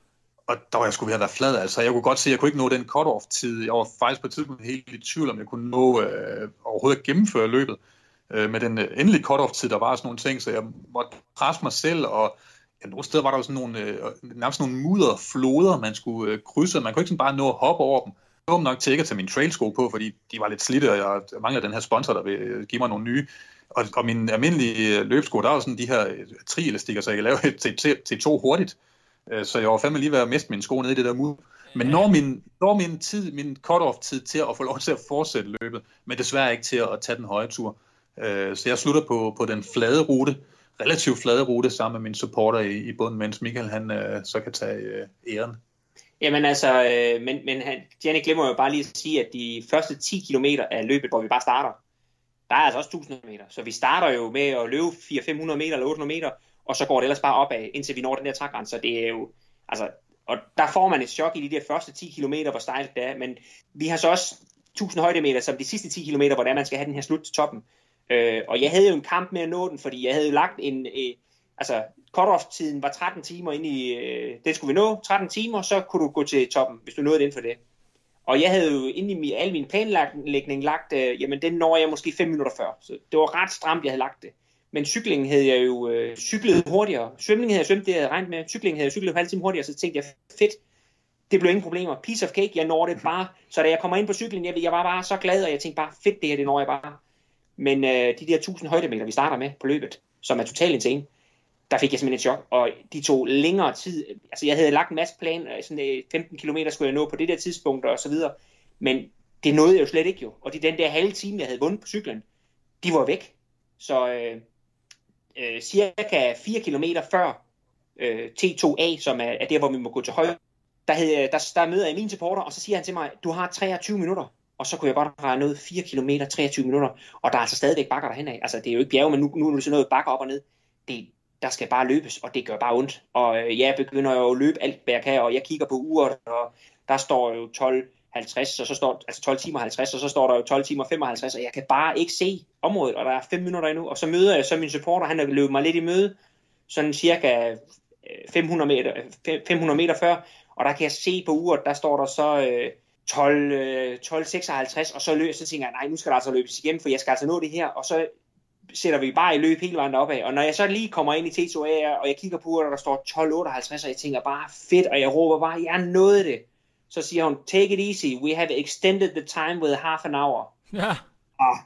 Og der var jeg sgu ved at være flad. Altså, jeg kunne godt se, at jeg kunne ikke nå den cut-off-tid. Jeg var faktisk på et tidspunkt helt i tvivl, om jeg kunne nå øh, overhovedet at gennemføre løbet. Øh, med den øh, endelige cut-off-tid, der var sådan nogle ting, så jeg måtte presse mig selv, og ja, nogle steder var der jo sådan nogle, øh, nærmest nogle mudderfloder, man skulle øh, krydse. Man kunne ikke sådan bare nå at hoppe over dem. Jeg var nok til ikke at tage mine trailsko på, fordi de var lidt slidte, og jeg mangler den her sponsor, der vil give mig nogle nye. Og, og mine almindelige løbsko, der er jo sådan de her tri-elastikker, så jeg kan lave et T to hurtigt. Så jeg var fandme lige ved at miste mine sko nede i det der mur. Men når min, når min, tid, min cut-off-tid til at få lov til at fortsætte løbet, men desværre ikke til at tage den høje tur. Så jeg slutter på, på den flade rute, relativt flade rute, sammen med min supporter i, i bunden, mens Michael han så kan tage æren. Jamen altså, men, men han, Gianni glemmer jo bare lige at sige, at de første ti kilometer af løbet, hvor vi bare starter, der er altså også tusind meter. Så vi starter jo med at løbe fire til fem hundrede meter eller otte hundrede meter, og så går det ellers bare opad, indtil vi når den der trægrænse. Så det er jo, altså, og der får man et chok i de der første ti kilometer, hvor stejlt det er. Men vi har så også tusind højdemeter som de sidste ti kilometer, hvor det er, man skal have den her slut til toppen. Øh, og jeg havde jo en kamp med at nå den, fordi jeg havde jo lagt en, øh, altså cut-off-tiden var tretten timer inde i, øh, det skulle vi nå, tretten timer, så kunne du gå til toppen, hvis du nåede det inden for det. Og jeg havde jo inde i al min planlægning lagt, øh, jamen den når jeg måske fem minutter før. Så det var ret stramt, jeg havde lagt det. Men cyklingen havde jeg jo øh, cyklet hurtigere. Svømningen havde jeg svømt, det jeg havde regnet med. Cyklingen havde jeg cyklet en halv time hurtigere, så tænkte jeg, fedt, det blev ingen problemer. Piece of cake, jeg når det bare. Så da jeg kommer ind på cyklen, jeg, jeg var bare så glad, og jeg tænkte bare, fedt det her, det når jeg bare. Men øh, de der tusind højdemeter, vi starter med på løbet, som er totalt insane, der fik jeg simpelthen et chok, og de tog længere tid. Altså jeg havde lagt en masse plan, sådan femten kilometer skulle jeg nå på det der tidspunkt og så videre, men det nåede jeg jo slet ikke jo. Og de den der halve time, jeg havde vundet på cyklen, de var væk. Så øh, øh, cirka fire kilometer før øh, T to A, som er, er der, hvor vi må gå til højre, der, havde, der, der møder jeg min supporter, og så siger han til mig, du har treogtyve minutter. Og så kunne jeg godt have nået fire kilometer, treogtyve minutter, og der er altså stadigvæk bakker derhen af. Altså det er jo ikke bjerge, men nu, nu er det sådan noget bakker op og ned. Det, der skal bare løbes, og det gør bare ondt. Og øh, jeg begynder jo at løbe alt, hvad jeg kan, og jeg kigger på uret, og der står jo tolv halvtreds, og så står, altså tolv timer halvtreds, og så står der jo tolv timer femoghalvtreds, og jeg kan bare ikke se området, og der er fem minutter endnu. Og så møder jeg så min supporter, han har løbet mig lidt i møde, sådan cirka fem hundrede meter, fem hundrede meter før, og der kan jeg se på uret, der står der så øh, tolv seksoghalvtreds, og så, løb, så tænker jeg, nej, nu skal der altså løbes igennem, for jeg skal altså nå det her, og så sætter vi bare i løb hele vejen opad. Og når jeg så lige kommer ind i T to A, og jeg kigger på uret, og der står tolv otteoghalvtreds, og jeg tænker bare, fedt, og jeg råber bare, jeg nåede det. så siger hun, take it easy, we have extended the time with half an hour. Ja. Ah,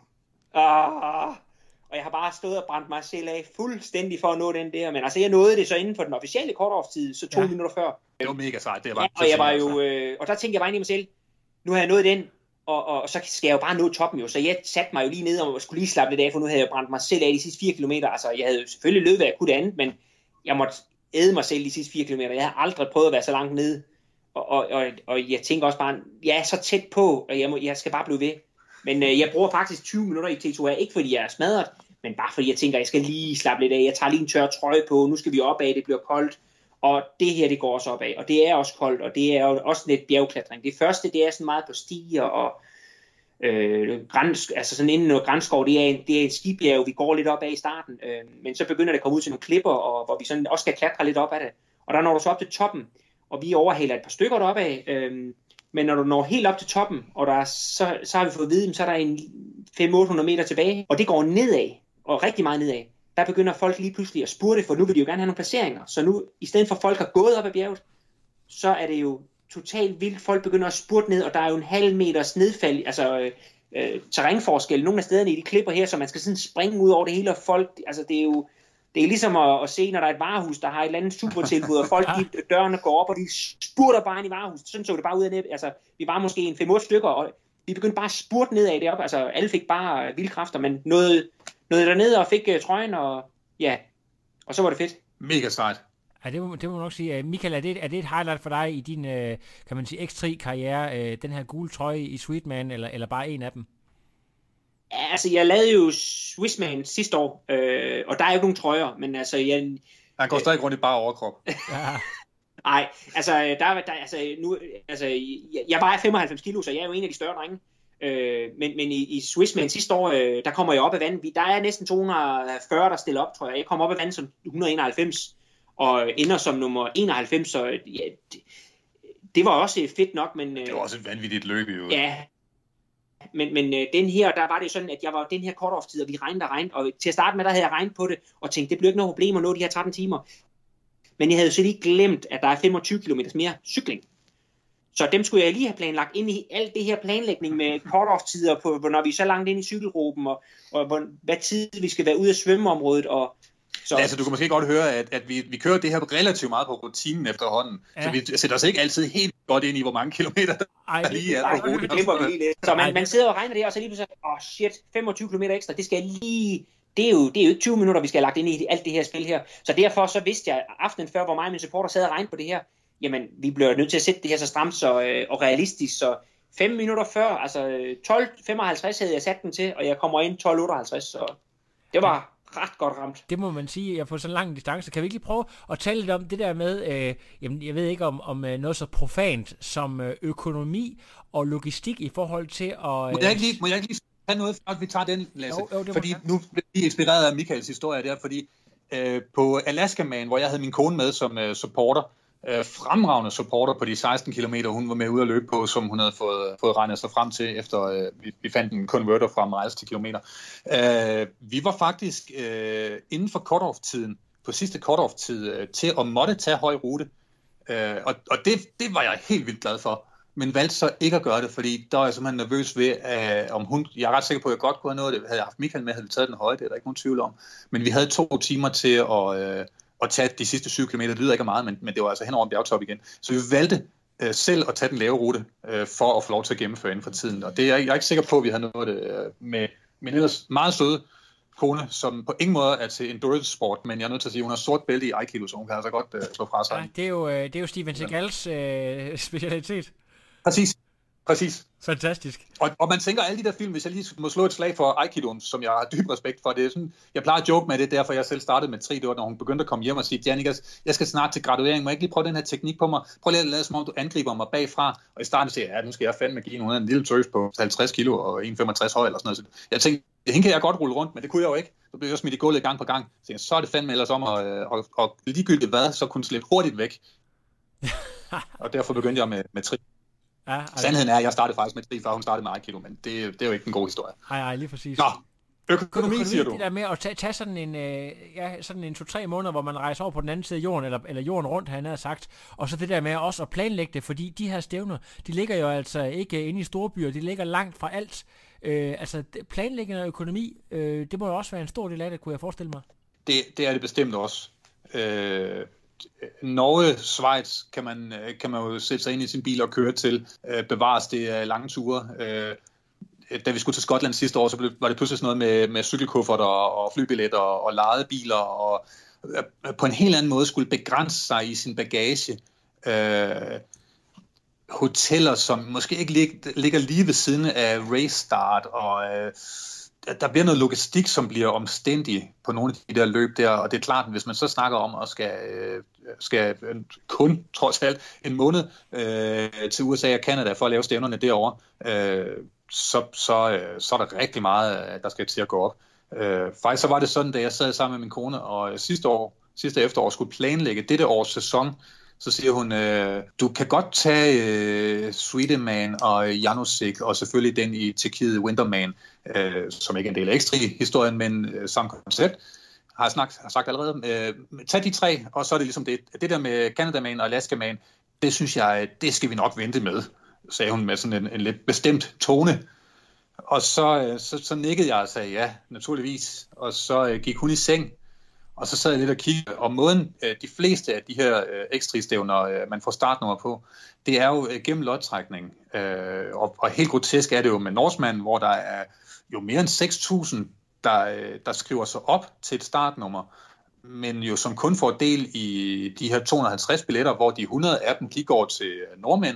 ah, og jeg har bare stået og brændt mig selv af fuldstændig for at nå den der, men altså jeg nåede det så inden for den officielle kortårstid, så to ja. minutter før. Det var mega sejt, det var. Ja, og jeg var jo, øh, og der tænkte jeg bare ind i mig selv, nu har jeg nået den, og, og, og så skal jeg jo bare nå toppen jo, så jeg satte mig jo lige ned og skulle lige slappe lidt af, for nu havde jeg brændt mig selv af de sidste fire kilometer, altså jeg havde selvfølgelig løbet, hvad jeg kunne det andet, men jeg måtte æde mig selv de sidste fire kilometer, jeg har aldrig prøvet at være så langt nede, og, og, og, og jeg tænker også bare, jeg er så tæt på, og jeg, må, jeg skal bare blive ved, men øh, jeg bruger faktisk tyve minutter i T to R, ikke fordi jeg er smadret, men bare fordi jeg tænker, jeg skal lige slappe lidt af, jeg tager lige en tør trøje på, nu skal vi opad, det bliver koldt, og det her, det går også opad, og det er også koldt, og det er også lidt bjergklatring. Det første, det er sådan meget på stier, og øh, græns, altså sådan inden noget grænskov, det er, en, det er et skibjerg, vi går lidt opad i starten, øh, men så begynder det at komme ud til nogle klipper, og, hvor vi sådan også skal klatre lidt op ad det, og der når du så op til toppen, og vi overhaler et par stykker deroppe af, øh, men når du når helt op til toppen, og der er, så, så har vi fået at vide, så er der en fem til otte hundrede meter tilbage, og det går nedad, og rigtig meget nedad. Der begynder folk lige pludselig at spurte, for nu vil de jo gerne have nogle placeringer. Så nu, i stedet for at folk har gået op ad bjerget, så er det jo totalt vildt. Folk begynder at spurte ned, og der er jo en halv meters nedfald, altså øh, øh, terrænforskel. Nogle af stederne i de klipper her, så man skal sådan springe ud over det hele, og folk, altså det er jo, det er ligesom at, at se, når der er et varehus, der har et eller andet supertilbud, og folk, de, dørene går op, og de spurter bare ind i varehuset. Sådan så det bare ud af det. Altså, vi var måske en fem otte stykker, og vi begyndte bare at spurte nedad deroppe. Altså, alle fik bare vilde kræfter, men noget nåede dernede og fik uh, trøjen, og ja, og så var det fedt. Mega sejt. Ja, det må, det må man nok sige. Michael, er det, er det et highlight for dig i din, øh, kan man sige, X tre karriere, øh, den her gule trøje i Sweetman, eller, eller bare en af dem? Ja, altså, jeg lavede jo Swissman sidste år, øh, og der er jo ikke nogen trøjer, men altså, jeg... Han går stadig rundt i bare overkrop. Ja. Nej, altså, der, der, altså, nu, altså, jeg, jeg vejer femoghalvfems kilo, så jeg er jo en af de større drenge. Øh, men, men i, i Swissman sidste år, øh, der kommer jeg op af vandet. Der er næsten to hundrede og fyrre, der stiller op, tror jeg. Jeg kommer op af vandet som et hundrede og enoghalvfems, og ender som nummer enoghalvfems, så ja, det, det var også fedt nok, men... Øh, det var også et vanvittigt løb, jo. Ja, men, men øh, den her, der var det sådan, at jeg var den her kortårstid, og vi regnede og regnede, og til at starte med, der havde jeg regnet på det, og tænkte, det bliver ikke noget problem at nå de her tretten timer. Men jeg havde så lige glemt, at der er femogtyve kilometer mere cykling. Så dem skulle jeg lige have planlagt ind i alt det her planlægning med kortårstider på, når vi er så langt ind i cykelgruppen, og, og hvor, hvad tid vi skal være ude af svømmeområdet. Og, så... Altså, du kan måske godt høre, at, at vi, vi kører det her relativt meget på rutinen efterhånden. Ja. Så vi sætter os ikke altid helt godt ind i, hvor mange kilometer Ej, der lige er ej, på ruten. Så man, man sidder og regner det, og så lige pludselig, åh oh shit, femogtyve kilometer ekstra, det skal lige... Det er, jo, det er jo ikke tyve minutter, vi skal have lagt ind i alt det her spil her. Så derfor så vidste jeg aftenen før, hvor mig og min supporter sad og regnede på det her, jamen, vi bliver nødt til at sætte det her så stramt så, øh, og realistisk, så fem minutter før, altså tolv femoghalvtreds havde jeg sat den til, og jeg kommer ind tolv otteoghalvtreds, så det var ret godt ramt. Det må man sige, at på så lang distance. Kan vi ikke lige prøve at tale lidt om det der med, øh, jamen, jeg ved ikke om, om noget så profant som øh, økonomi og logistik i forhold til at... Øh... Må jeg ikke lige, må jeg ikke lige have noget, før vi tager den, Lasse? Jo, jo, fordi nu bliver vi inspireret af Michaels historie der, fordi øh, på Alaska Man, hvor jeg havde min kone med som øh, supporter, øh, fremragende supporter på de seksten kilometer, hun var med ude at løbe på, som hun havde fået, fået regnet sig frem til, efter øh, vi, vi fandt en converter fra rejse til kilometer. Øh, vi var faktisk øh, inden for cut-off-tiden, på sidste cut-off-tid, øh, til at måtte tage høj rute. Øh, og og det, det var jeg helt vildt glad for. Men valgte så ikke at gøre det, fordi der var jeg simpelthen nervøs ved, uh, om hun... Jeg er ret sikker på, at jeg godt kunne have noget af det. Havde jeg haft Michael med, havde vi taget den høje, det er der ikke nogen tvivl om. Men vi havde to timer til at, uh, at tage de sidste syv kilometer. Det lyder ikke meget, men, men det var altså hen over en bjergtop igen. Så vi valgte uh, selv at tage den lave rute, uh, for at få lov til at gennemføre inden for tiden. Og det er jeg, jeg er ikke sikker på, at vi havde noget af det uh, med min ellers meget søde kone, som på ingen måde er til endurance sport, men jeg er nødt til at sige, at hun har sort bælte i aikido, så hun kan altså godt uh, slå fra sig. Ja, det er jo, det er jo Steven Seagals uh, specialitet. Præcis, præcis. Fantastisk. Og, og man tænker alle de der film, hvis jeg lige må slå et slag for Aikidoen, som jeg har dyb respekt for, det er sådan, jeg plejer at joke med det, derfor jeg selv startede med tre, det var, når hun begyndte at komme hjem og sige, Janikas, jeg skal snart til graduering, må jeg ikke lige prøve den her teknik på mig? Prøv lige at lade som om, du angriber mig bagfra, og i starten siger jeg, ja, nu skal jeg fandme give en, en lille tøs på halvtreds kilo og en komma femogtres høj eller sådan noget. Jeg tænkte, hende kan jeg godt rulle rundt, men det kunne jeg jo ikke. Så blev jeg smidt i gulvet gang på gang. Så, jeg, så er det fandme ellers om at, og, og ligegyldigt hvad, så kunne slippe hurtigt væk. Og derfor begyndte jeg med, med tri. Ja, altså... Sandheden er, at jeg startede faktisk med tri, før hun startede med Aikido, men det, det er jo ikke en god historie. Nej, nej, lige præcis. Nå, Økonomi, økonomi, siger du? Det der med at tage, tage sådan en, øh, ja, sådan en to-tre måneder, hvor man rejser over på den anden side af jorden, eller, eller jorden rundt, han har sagt, og så det der med også at planlægge det, fordi de her stævner, de ligger jo altså ikke inde i store byer, de ligger langt fra alt. Øh, altså planlægning af økonomi, øh, det må jo også være en stor del af det, kunne jeg forestille mig. Det, det er det bestemt også. Øh, Norge, Schweiz kan man, kan man jo sætte sig ind i sin bil og køre til. Øh, bevares det af lange ture. Øh, da vi skulle til Skotland sidste år, så blev, var det pludselig sådan noget med, med cykelkuffert og, og flybilletter og, og lejede biler, og øh, på en helt anden måde skulle begrænse sig i sin bagage. Øh, hoteller, som måske ikke lig, ligger lige ved siden af race start, og øh, der bliver noget logistik, som bliver omstændig på nogle af de der løb der, og det er klart, at hvis man så snakker om at skal, skal kun, trods alt, en måned øh, til U S A og Canada for at lave stævnerne derovre, øh, så, så, så er der rigtig meget, der skal til at gå op. Øh, faktisk så var det sådan, da jeg sad sammen med min kone, og sidste år, sidste efterår skulle planlægge dette års sæson, så siger hun, øh, du kan godt tage øh, Swedeman og Janusik, og selvfølgelig den i Tjekkiet, Winterman, øh, som ikke er en del af Extreme-historien, men øh, samme koncept, har jeg snakket, har sagt allerede. Øh, tag de tre, og så er det ligesom det. Det der med Canada-man og Alaska-man, det synes jeg, det skal vi nok vente med, sagde hun med sådan en, en lidt bestemt tone. Og så, øh, så, så nikkede jeg og sagde ja, naturligvis. Og så øh, gik hun i seng. Og så sad jeg lidt og kiggede, og måden øh, de fleste af de her øh, ekstrastævner, øh, man får startnummer på, det er jo øh, gennem lodtrækning. Øh, og, og helt grotesk er det jo med Norseman, hvor der er jo mere end seks tusind, der, øh, der skriver sig op til et startnummer, men jo som kun får del i de her to hundrede og halvtreds billetter, hvor de hundrede af dem de går til nordmænd,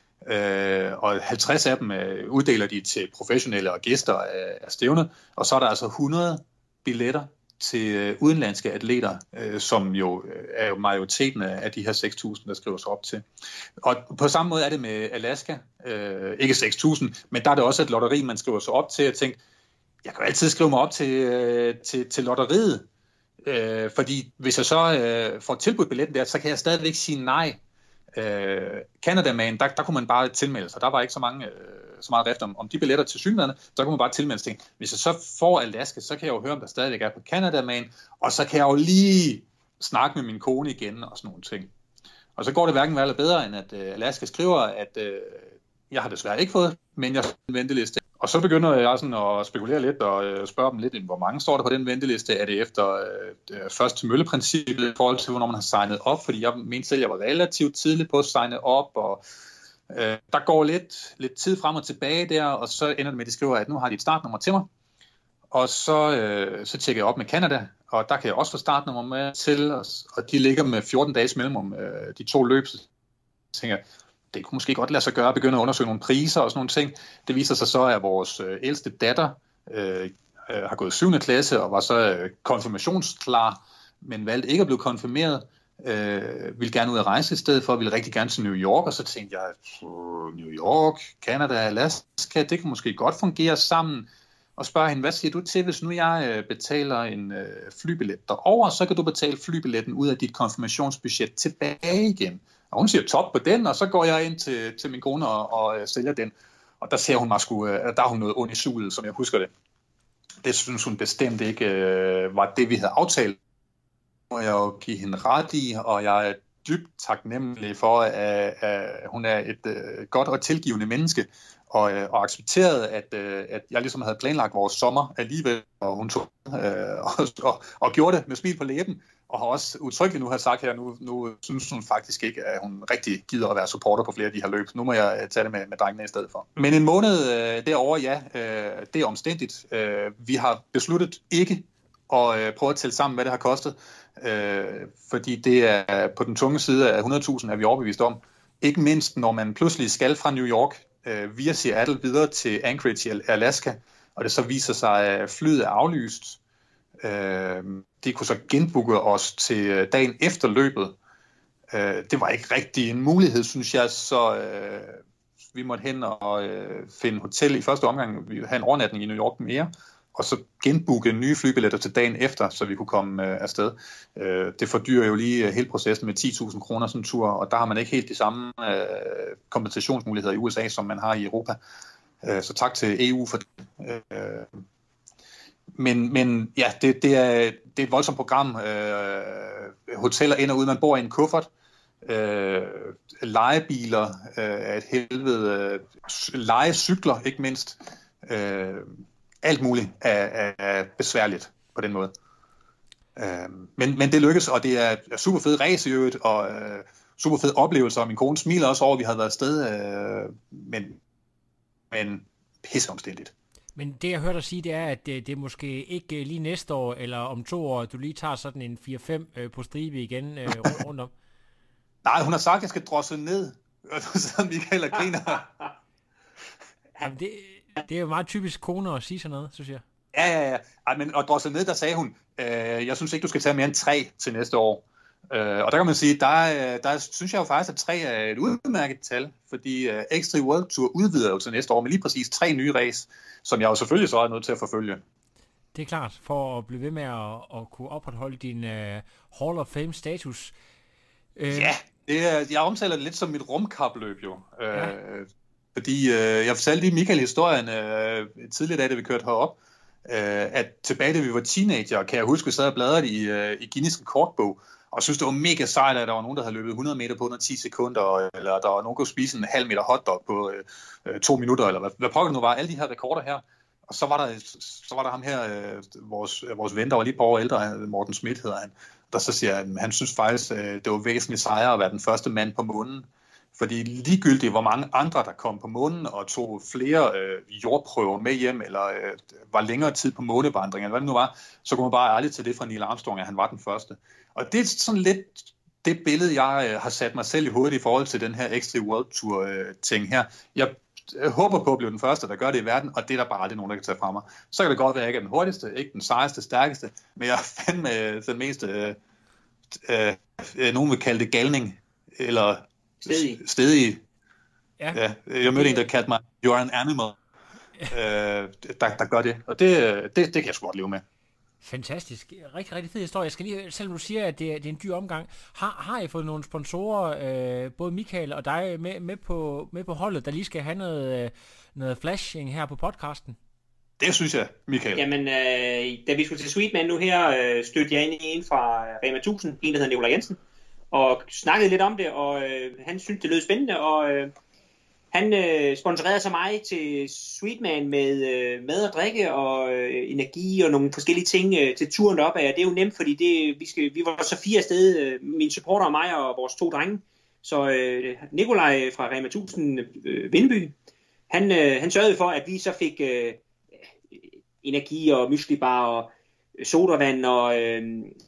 øh, og halvtreds af dem øh, uddeler de til professionelle og gæster af, af stævnet, og så er der altså hundrede billetter til udenlandske atleter, øh, som jo er jo majoriteten af de her seks tusind, der skriver sig op til. Og på samme måde er det med Alaska. Øh, ikke seks tusind, men der er det også et lotteri, man skriver sig op til. Jeg tænkte, jeg kan jo altid skrive mig op til, øh, til, til lotteriet, øh, fordi hvis jeg så øh, får tilbudt billetten der, så kan jeg stadigvæk sige nej. Øh, Canada-man, der, der kunne man bare tilmelde sig. Der var ikke så mange... Øh, så meget rift om, om de billetter til synligheden, så kan man bare tilmelde sig. Hvis jeg så får Alaska, så kan jeg jo høre, om der stadigvæk er på Canada-man, og så kan jeg jo lige snakke med min kone igen, og sådan nogle ting. Og så går det hverken værre bedre, end at uh, Alaska skriver, at uh, jeg har desværre ikke fået, men jeg har en venteliste. Og så begynder jeg sådan at spekulere lidt, og uh, spørge dem lidt, hvor mange står der på den venteliste. Er det efter uh, først til mølleprincippet, i forhold til, hvornår man har signet op, fordi jeg mente selv, at jeg var relativt tidligt på at signe op, og Øh, der går lidt, lidt tid frem og tilbage der, og så ender det med, at de skriver, at nu har de et startnummer til mig. Og så, øh, så tjekker jeg op med Canada, og der kan jeg også få startnummer med til, og, og de ligger med fjorten dages mellemrum, øh, de to løb. Så jeg tænker, det kunne måske godt lade sig gøre at begynde at undersøge nogle priser og sådan nogle ting. Det viser sig så, at vores øh, ældste datter øh, øh, har gået syvende klasse og var så øh, konfirmationsklar, men valgte ikke at blive konfirmeret. Øh, ville gerne ud at rejse i stedet for, ville rigtig gerne til New York, og så tænkte jeg, New York, Canada, Alaska, det kan måske godt fungere sammen, og spørge hende, hvad siger du til, hvis nu jeg øh, betaler en øh, flybillet derover, så kan du betale flybilletten ud af dit konfirmationsbudget tilbage igen. Og hun siger top på den, og så går jeg ind til, til min kone og, og øh, sælger den, og der ser hun mig sgu, øh, der har hun noget ondt i suget, som jeg husker det. Det synes hun bestemt ikke øh, var det, vi havde aftalt. Må jeg jo give hende ret i, og jeg er dybt taknemmelig for, at, at hun er et uh, godt og tilgivende menneske, og, og accepterede, at, uh, at jeg ligesom havde planlagt vores sommer alligevel, og hun tog uh, og, og, og gjorde det med smil på læben, og har også udtrykkeligt nu har sagt her, nu, nu synes hun faktisk ikke, at hun rigtig gider at være supporter på flere af de her løb. Nu må jeg tage det med, med drengene i stedet for. Men en måned uh, derovre, ja, uh, det er omstændigt. Uh, vi har besluttet ikke at uh, prøve at tælle sammen, hvad det har kostet. Øh, fordi det er på den tunge side af hundrede tusind, er vi overbevist om. Ikke mindst, når man pludselig skal fra New York øh, via Seattle videre til Anchorage i Alaska, og det så viser sig, at flyet er aflyst. Øh, de kunne så genbooke os til dagen efter løbet. Øh, det var ikke rigtig en mulighed, synes jeg, så øh, vi måtte hen og øh, finde hotel i første omgang. Vi havde en overnatning i New York mere, og så genbooke nye flybilletter til dagen efter, så vi kunne komme øh, afsted. Øh, det fordyrer jo lige hele processen med ti tusind kroner sådan en tur, og der har man ikke helt de samme øh, kompensationsmuligheder i U S A, som man har i Europa. Øh, så tak til E U for det. Øh, men, men ja, det, det, er, det er et voldsomt program. Øh, hoteller ind og ud, man bor i en kuffert. Øh, lejebiler øh, er et helvede. Øh, lejecykler, ikke mindst. Øh, alt muligt er, er, er besværligt på den måde. Øh, men, men det lykkes, og det er, er super fed race i øvrigt, og øh, super fed oplevelse, og min kone smiler også over, at vi havde været afsted, øh, men, men pisseomstændigt. Men det jeg hørte dig sige, det er, at det, det er måske ikke lige næste år, eller om to år, du lige tager sådan en fire fem øh, på stribe igen øh, rundt, rundt om. Nej, hun har sagt, at jeg skal drosse ned, og du sidder Michael og griner. Jamen, det, det er jo meget typisk kone at sige sådan noget, synes jeg. Ja, ja, ja. Ej, men, og drosse ned, der sagde hun, øh, jeg synes ikke, du skal tage mere end tre til næste år. Øh, og der kan man sige, der, der synes jeg jo faktisk, at tre er et udmærket tal, fordi uh, Extreme World Tour udvider jo til næste år med lige præcis tre nye race, som jeg jo selvfølgelig så er nødt til at forfølge. Det er klart, for at blive ved med at, at kunne opretholde din uh, Hall of Fame status. Uh... Ja, det er, jeg omtaler det lidt som mit rumkapløb jo. Ja. Uh, fordi uh, jeg fortalte lige Michael historien uh, tidligere dag, da vi kørte herop, uh, at tilbage da vi var teenager, kan jeg huske, at vi sad og bladrede i, uh, i Guinness rekordbog, og jeg synes, det var mega sejt, at der var nogen, der havde løbet hundrede meter på under ti sekunder, eller der var nogen, der kunne spise en halv meter hotdog på øh, to minutter, eller hvad, hvad pokker det nu var, alle de her rekorder her. Og så var der, så var der ham her, øh, vores, vores ven, der var lige på år ældre, Morten Schmidt hedder han, der så siger, at han synes faktisk, øh, det var væsentligt sejere at være den første mand på månen. Fordi ligegyldigt, hvor mange andre, der kom på månen og tog flere øh, jordprøver med hjem, eller øh, var længere tid på månevandring, eller hvad det nu var, så kunne man bare ærligt til det fra Neil Armstrong, at han var den første. Og det er sådan lidt det billede, jeg øh, har sat mig selv i hovedet i forhold til den her Extreme World Tour øh, ting her. Jeg øh, håber på at blive den første, der gør det i verden, og det er der bare aldrig nogen, der kan tage fra mig. Så kan det godt være, at jeg ikke er den hurtigste, ikke den sejeste, stærkeste, men jeg er fandme den mest, øh, øh, øh, nogen vil kalde det galning, eller stedig. stedig. Ja. Ja, jeg mødte en, der kaldte mig, you're an animal, øh, der, der gør det, og det, det, det kan jeg sgu godt leve med. Fantastisk. Rigtig, rigtig fed historie. Jeg skal lige, selvom du siger, at det er, det er en dyr omgang, har, har I fået nogle sponsorer, øh, både Michael og dig, med, med, på, med på holdet, der lige skal have noget, øh, noget flashing her på podcasten? Det synes jeg, Michael. Jamen, øh, da vi skulle til Sweetman nu her, øh, stødte jeg ind i en fra Rema tusind, en der hedder Nikolaj Jensen, og snakkede lidt om det, og øh, han syntes, det lød spændende, og øh, han øh, sponsorerede så mig til Sweetman med øh, mad og drikke og øh, energi og nogle forskellige ting øh, til turen deroppe. Det er jo nemt, fordi det, vi, skal, vi var så fire afsted, øh, mine supporter og mig og vores to drenge. Så øh, Nikolaj fra Rema tusind øh, Vindby, han, øh, han sørgede for, at vi så fik øh, energi og myslibar og sodavand og øh,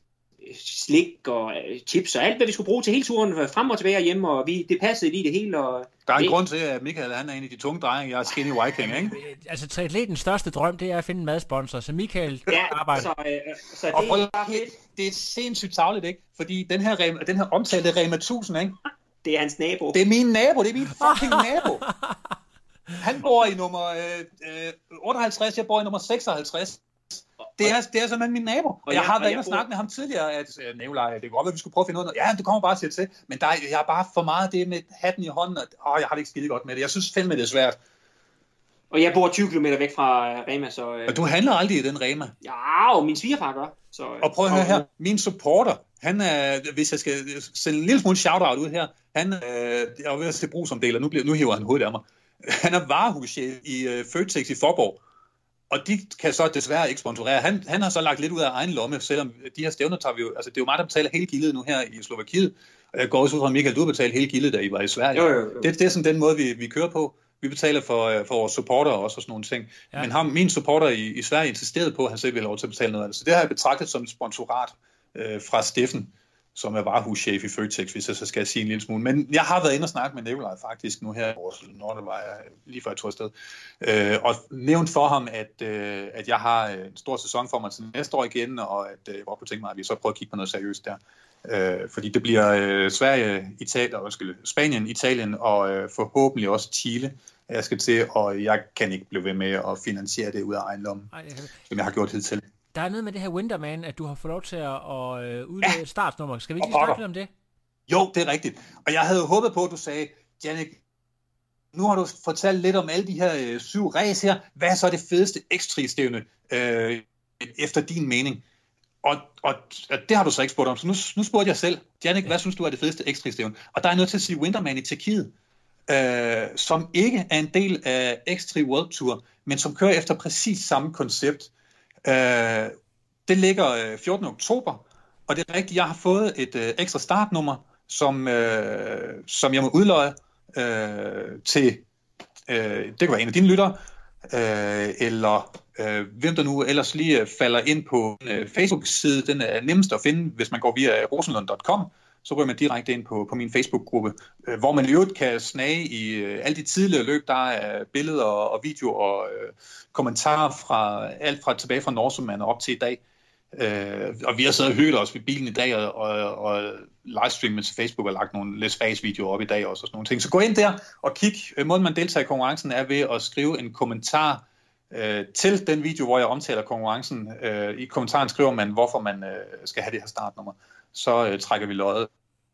slik og øh, chips og alt, hvad vi skulle bruge til hele turen, frem og tilbage hjemme, og vi, det passede lige det hele. Og der er en det, grund til, at Michael han er en af de tunge drenge, jeg er skinny viking, ikke? Altså, triatletens største drøm, det er at finde en madsponsor, så Michael ja, arbejder. Så, øh, så og det, prøv, det, det er sindssygt tavligt, ikke? Fordi den her, Rema, den her omtalte Rema tusind, ikke? det er hans nabo. Det er min nabo, det er min fucking nabo. Han bor i nummer øh, otteoghalvtreds, jeg bor i nummer seksoghalvtreds. Det er, det er simpelthen min nabo. Og jeg, jeg har været inde og snakket med ham tidligere, at øh, Nikolaj, det går godt, at vi skulle prøve at finde ud af noget. Ja, det kommer bare til at til. Men der, jeg er bare for meget det med hatten i hånden, og åh, jeg har det ikke skide godt med det. Jeg synes fandme, det er svært. Og jeg bor tyve kilometer væk fra Rema, så... Øh... Og du handler aldrig i den Rema. Ja, og min svigerfar gør. Så, øh... Og prøv at høre her, min supporter, han er, hvis jeg skal sende en lille smule shout-out ud her, han øh, jeg var ved at se brugsomdeler, nu, nu hiver han hovedet af mig. Han er varehuschef i øh, Føtex i Forborg. Og de kan så desværre ikke sponsorere. Han, han har så lagt lidt ud af egen lomme, selvom de her stævner tager vi jo... Altså, det er jo mig, der betaler hele gildet nu her i Slovakiet. Og jeg går også ud fra, Michael, du har betalt hele gildet, da I var i Sverige. Jo, jo, jo. Det, det er sådan den måde, vi, vi kører på. Vi betaler for, for vores supporter også og sådan nogle ting. Ja. Men ham, min supporter i, i Sverige insisterede på, at han selv ville have lov til at betale noget af det. Så det har jeg betragtet som et sponsorat øh, fra Steffen, som er varehuschef i Føtex, hvis jeg så skal sige en lille smule. Men jeg har været inde og snakke med Nikolaj faktisk nu her, når det var lige før jeg tog afsted, øh, og nævnt for ham, at, øh, at jeg har en stor sæson for mig til næste år igen, og at øh, jeg godt kunne tænke mig, at vi så prøver at kigge på noget seriøst der. Øh, fordi det bliver øh, Sverige, Italien, undskyld, Spanien, Italien og øh, forhåbentlig også Chile, jeg skal til, og jeg kan ikke blive ved med at finansiere det ud af egen lomme, som jeg har gjort hidtil. Der er noget med det her Winterman, at du har fået lov til at, at udlede ja. et startsnummer. Skal vi ikke lige snakke lidt om det? Jo, det er rigtigt. Og jeg havde håbet på, at du sagde, Jannik, nu har du fortalt lidt om alle de her øh, syv race her. Hvad er så det fedeste X tre-stævne, øh, efter din mening. Og, og, og det har du så ikke spurgt om, så nu, nu spurgte jeg selv, Jannik, hvad synes du er det fedeste X-Tree-stævne? Og der er nødt til at sige Winterman i Tjekkiet, øh, som ikke er en del af X-Tree World Tour, men som kører efter præcis samme koncept. Øh, det ligger fjortende oktober, og det er rigtigt, jeg har fået et øh, ekstra startnummer, som, øh, som jeg må udløje øh, til, øh, det kan være en af dine lyttere, øh, eller øh, hvem der nu ellers lige falder ind på en øh, Facebook-side. Den er nemmest at finde, hvis man går via rosenlund punktum com, så ryger man direkte ind på, på min Facebook-gruppe, øh, hvor man i øvrigt kan snage i øh, alle de tidligere løb. Der er billeder og, og videoer og øh, kommentarer fra alt fra tilbage fra Norseman op til i dag. Øh, og vi har siddet og hygget os ved bilen i dag og, og, og livestreamet til Facebook og lagt nogle Let's Face-videoer op i dag også og sådan nogle ting. Så gå ind der og kig. Måden man deltager i konkurrencen er ved at skrive en kommentar øh, til den video, hvor jeg omtaler konkurrencen. Øh, I kommentaren skriver man, hvorfor man øh, skal have det her startnummer. Så øh, trækker vi loddet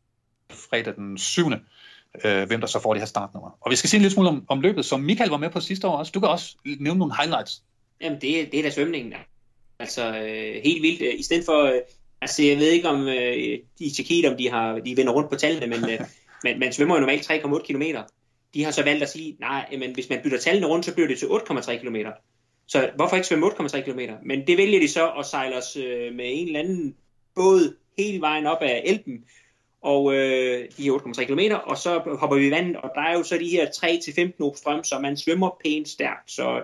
fredag den syvende Øh, hvem der så får det her startnummer. Og vi skal sige en lille smule om, om løbet, som Michael var med på sidste år også. Du kan også nævne nogle highlights. Jamen, det, det er da svømningen der. Altså øh, helt vildt. I stedet for, øh, altså jeg ved ikke om øh, i Tjekkiet, om de har, de vender rundt på tallene, men øh, man, man svømmer jo normalt tre komma otte kilometer. De har så valgt at sige, nej, men hvis man bytter tallene rundt, så bliver det til otte komma tre kilometer. Så hvorfor ikke svømme otte komma tre kilometer? Men det vælger de så at sejle os øh, med en eller anden båd hele vejen op ad Elben, og øh, de her otte komma tre kilometer, og så hopper vi i vandet, og der er jo så de her tre til femten knop strøm, så man svømmer pænt stærkt. Så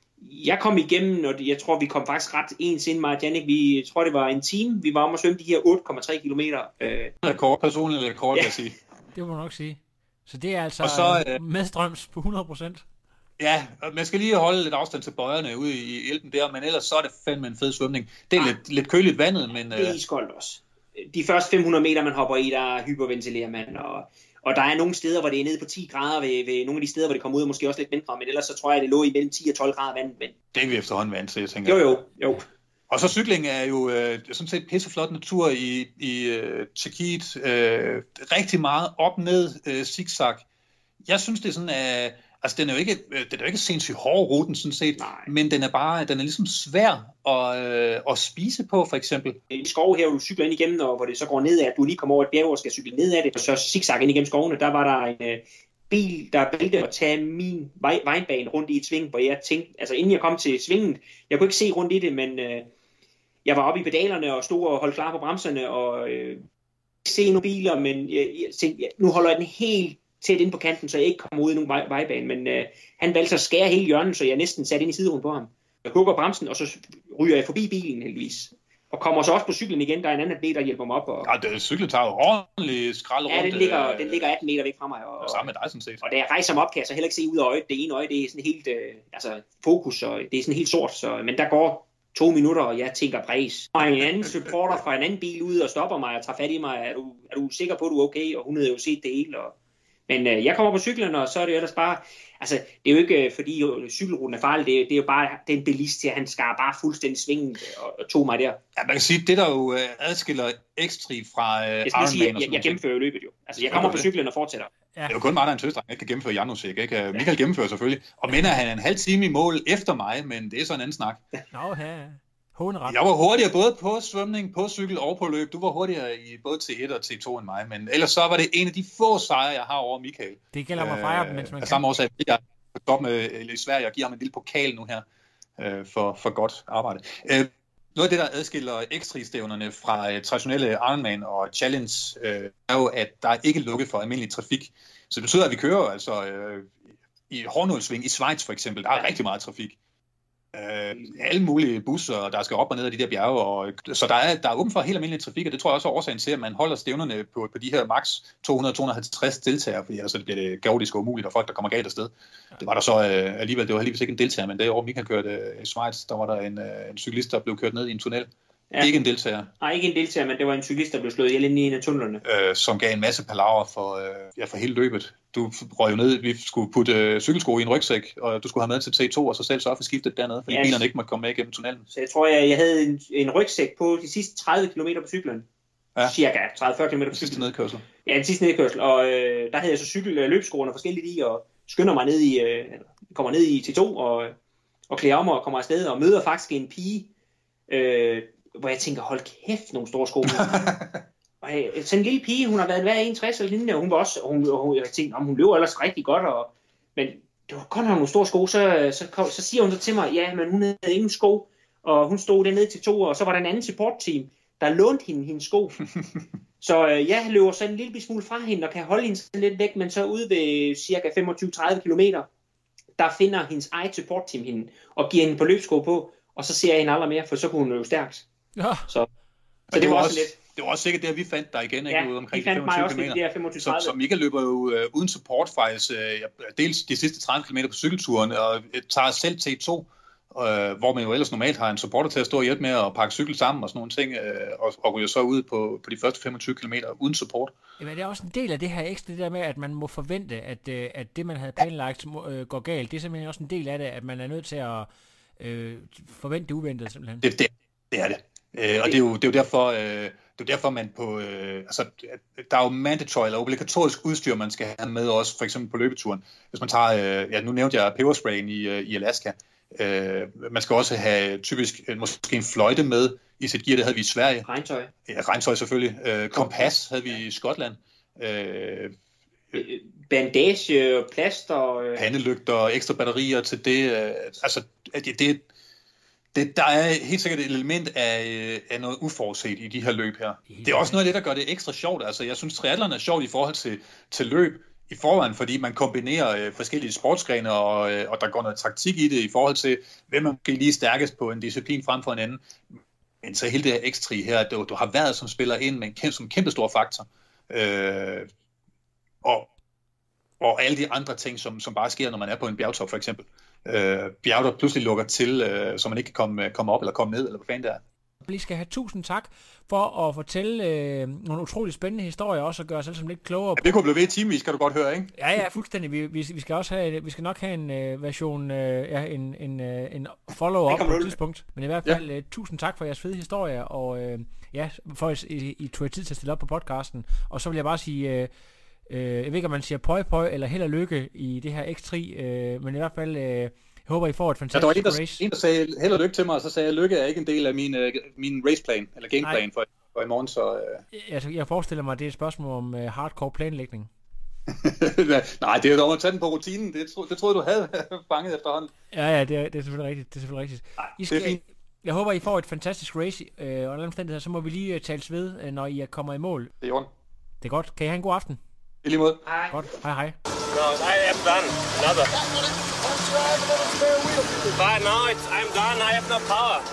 jeg kom igennem, og jeg tror, vi kom faktisk ret ens ind, mig og Jannik. Vi tror, det var en time, vi var om at svømme de her otte komma tre kilometer. Øh. Rekord, personlig rekord, ja. Kan jeg sige. Det må man nok sige. Så det er altså så, øh, medstrøms på hundrede procent. Ja, man skal lige holde lidt afstand til bøjerne ude i Elben der, men ellers så er det fandme en fed svømning. Det er ja. lidt, lidt køligt vandet, men... Det er iskoldt også. De første fem hundrede meter, man hopper i, der hyperventilerer man, og, og der er nogle steder, hvor det er nede på ti grader, ved, ved nogle af de steder, hvor det kommer ud, og måske også lidt mindre, men ellers så tror jeg, det lå i mellem ti og tolv grader vand. Men... Det er vi efterhånden vand til, jeg tænker. Jo, jo, jo. Og så cykling er jo øh, sådan set pisseflot natur i, i øh, Tjekkiet. Øh, rigtig meget op, ned, øh, zigzag. Jeg synes, det er sådan, at øh, altså, den er jo ikke, øh, den er jo ikke sindssygt hård ruten, sådan set, nej. Men den er bare, den er ligesom svær at, øh, at spise på, for eksempel. I skov her, hvor du cykler ind igennem, og hvor det så går ned af, at du lige kommer over et bjerg og skal cykle ned af det, og så zigzag ind igennem skovene, der var der en øh, bil, der bælte at tage min vej, vejbane rundt i et sving, hvor jeg tænkte, altså inden jeg kom til svingen, jeg kunne ikke se rundt i det, men øh, jeg var oppe i pedalerne og stod og holdt klar på bremserne, og øh, se nogle biler, men jeg, jeg tænkte, jeg, nu holder jeg den helt tæt ind på kanten, så jeg ikke kommer ud i nogen vej, vejbane, men øh, han valgte at skære hele hjørnet, så jeg næsten satte ind i sideruden på ham. Jeg hugger bremsen, og så ryger jeg forbi bilen heldigvis. Og kommer så også på cyklen igen, der er en anden atlet, der hjælper mig op. Og... Ja, det, cyklen tager jo ordentligt skrald rundt. Ja, den ligger, øh, den ligger atten meter væk fra mig. Og, og sammen med dig, sådan set. Og da jeg rejser mig op, kan jeg så heller ikke se ud af øjet. Det ene øje, det er sådan helt, øh, altså fokus, og det er sådan helt sort. Så, men der går to minutter, og jeg tænker præs. Og en anden supporter fra en anden bil ud og stopper mig og tager fat i mig. Er du, er du sikker på, at du er okay? Og hun havde jo set det hele, og... Men øh, jeg kommer på cyklen, og så er det jo ellers bare, altså det er jo ikke, fordi cykelruten er farlig, det er, det er jo bare den bilist til, han skar bare fuldstændig svingen og, og tog mig der. Ja, man kan sige, det der jo øh, adskiller X-Tree fra øh, Ironman og sådan jeg, jeg gennemfører jo løbet jo. Altså jeg kommer på cyklen og fortsætter. Ja. Det er jo kun mig, der er en tøsdreng, jeg kan gennemføre Janusik, ikke? Michael ja. gennemfører selvfølgelig, og mener han er en halv time i mål efter mig, men det er så en anden snak. Nå, ja. Håneret. Jeg var hurtigere både på svømning, på cykel og på løb. Du var hurtigere i både T et og T to end mig, men ellers så var det en af de få sejre, jeg har over Michael. Det gælder mig at fejre dem, mens man kan. Af samme årsag, jeg er på top med i Sverige og giver ham en lille pokal nu her øh, for, for godt arbejde. Øh, noget af det, der adskiller X-Tree-stævnerne fra øh, traditionelle Ironman og Challenge, øh, er jo, at der er ikke lukket for almindelig trafik. Så det betyder, at vi kører altså øh, i hårdnålsving i Schweiz for eksempel. Der er rigtig meget trafik. Øh, alle mulige busser, der skal op og ned af de der bjerge, og, så der er, der er åben for helt almindelig trafik, og det tror jeg også er årsagen til, at man holder stævnerne på, på de her max to hundrede til to hundrede og halvtreds deltagere, fordi altså, det bliver det gaotisk og umuligt, og folk, der kommer galt afsted. Det var der så øh, alligevel, det var heldigvis ikke en deltager, men det år Michael kørte øh, i Schweiz, der var der en, øh, en cyklist, der blev kørt ned i en tunnel. Ja. Ikke en deltager. Nej, ikke en deltager, men det var en cyklist, der blev slået ihjel inde i en af tunnelerne. Øh, som gav en masse palaver for, øh, ja, for hele løbet. Du røg jo ned, vi skulle putte øh, cykelsko i en rygsæk, og du skulle have med til T to, og så selv så for skiftet dernede, fordi ja, bilerne ikke måtte komme med igennem tunnelen. Så jeg tror, jeg, jeg havde en, en rygsæk på de sidste tredive kilometer på cyklen. Ja. Cirka tredive til fyrre kilometer på cyklen. Den sidste nedkørsel. Ja, den sidste nedkørsel, og øh, der havde jeg så cykel øh, løbskoene forskelligt i, og skynder mig ned i, øh, kommer ned i T to, og, og klæder om og kommer afsted, og møder faktisk en pige, øh, hvor jeg tænker, hold kæft, nogle store sko. Og øh, sådan en lille pige, hun har været hver enogtres eller lignende, og hun var også, hun, hun, jeg tænkte, om hun løber ellers rigtig godt, og, men det var godt nok nogle store sko, så, så, kom, så siger hun så til mig, ja, men hun havde ingen sko, og hun stod dernede til to, og så var der en anden supportteam, der lånte hende hendes sko. Så øh, jeg løber så en lille smule fra hende, og kan holde hende sådan lidt væk, men så ude ved cirka femogtyve til tredive kilometer, der finder hendes eget supportteam hende, og giver hende på løbsko på, og så ser jeg hende aldrig mere, for så kunne hun løbe stærkt. Ja. Så, så det, det var var også lidt... Det var også sikkert det, vi fandt der igen, ikke? Ja, Ude omkring vi fandt mig også det der femogtyve tredive. Så, så Michael løber jo øh, uden support faktisk, øh, dels de sidste tredive kilometer på cykelturen, og tager selv T to, øh, hvor man jo ellers normalt har en supporter til at stå og hjælpe med at pakke cykel sammen og sådan nogle ting, øh, og, og ryger så ud på, på de første femogtyve kilometer uden support. Jamen, det er også en del af det her ekstra, det der med, at man må forvente, at, øh, at det, man havde planlagt, øh, går galt. Det er simpelthen også en del af det, at man er nødt til at øh, forvente det uventede, simpelthen. Det, det, det er det. Øh, og det er jo, det er jo derfor... Øh, Det er derfor, man på, øh, altså, der er jo mandatory eller obligatorisk udstyr, man skal have med også, for eksempel på løbeturen. Hvis man tager, øh, ja, nu nævnte jeg pebersprayen i, øh, i Alaska. Øh, man skal også have typisk øh, måske en fløjte med i sit gear, det havde vi i Sverige. Regntøj. Ja, regntøj selvfølgelig. Øh, kompas havde vi i Skotland. Øh, Bandage, plaster. Pandelygter, ekstra batterier til det. Øh, altså, det, det Det, der er helt sikkert et element af, af noget uforudset i de her løb her. Det er også noget af det, der gør det ekstra sjovt. Altså, jeg synes, triathlon er sjovt i forhold til, til løb i forvejen, fordi man kombinerer øh, forskellige sportsgrene, og, øh, og der går noget taktik i det i forhold til, hvem man kan lige stærkest på en disciplin frem for en anden. Men så hele det her ekstri her, du, du har været som spiller ind med en kæmpe, som en kæmpe stor faktor. Øh, og, og alle de andre ting, som, som bare sker, når man er på en bjergtop for eksempel. Øh, bjerg, der pludselig lukker til, øh, så man ikke kan komme, komme op eller komme ned, eller hvad fanden det er. Vi skal have tusind tak for at fortælle øh, nogle utroligt spændende historier, også og gøre os alle sammen lidt klogere. Ja, det kunne blive ved i timevis, kan du godt høre, ikke? Ja, ja, fuldstændig. Vi, vi, vi skal også have, vi skal nok have en øh, version, øh, ja, en, en, øh, en follow-up på et tidspunkt. Men i hvert fald, ja. øh, tusind tak for jeres fede historier, og øh, ja, for at I, I tog tid til at stille op på podcasten. Og så vil jeg bare sige, øh, øh, jeg ved ikke, om man siger pøj pøj eller held og lykke i det her X tre, øh, men i hvert fald... Øh, Jeg håber, I får et fantastisk ja, der var en, der, race. en, der sagde held og lykke til mig, og så sagde jeg, lykke er ikke en del af min, uh, min raceplan, eller gameplan for, for i morgen. Så, uh... jeg, jeg forestiller mig, at det er et spørgsmål om uh, hardcore planlægning. Nej, det er jo at tage den på rutinen. Det, tro, det troede du havde fanget efterhånden. Ja, ja, det er, det er selvfølgelig rigtigt. Det er selvfølgelig rigtigt. Nej, I skal, det er fint. Jeg håber, I får et fantastisk race, øh, og under omstændigheder, så må vi lige uh, tales ved, uh, når I kommer i mål. Det er jo. Det er godt. Kan I have en god aften? I lige måde. Hej. Godt. Hej, hej. No, I am done. Another. But no, it's, I'm done. I have no power.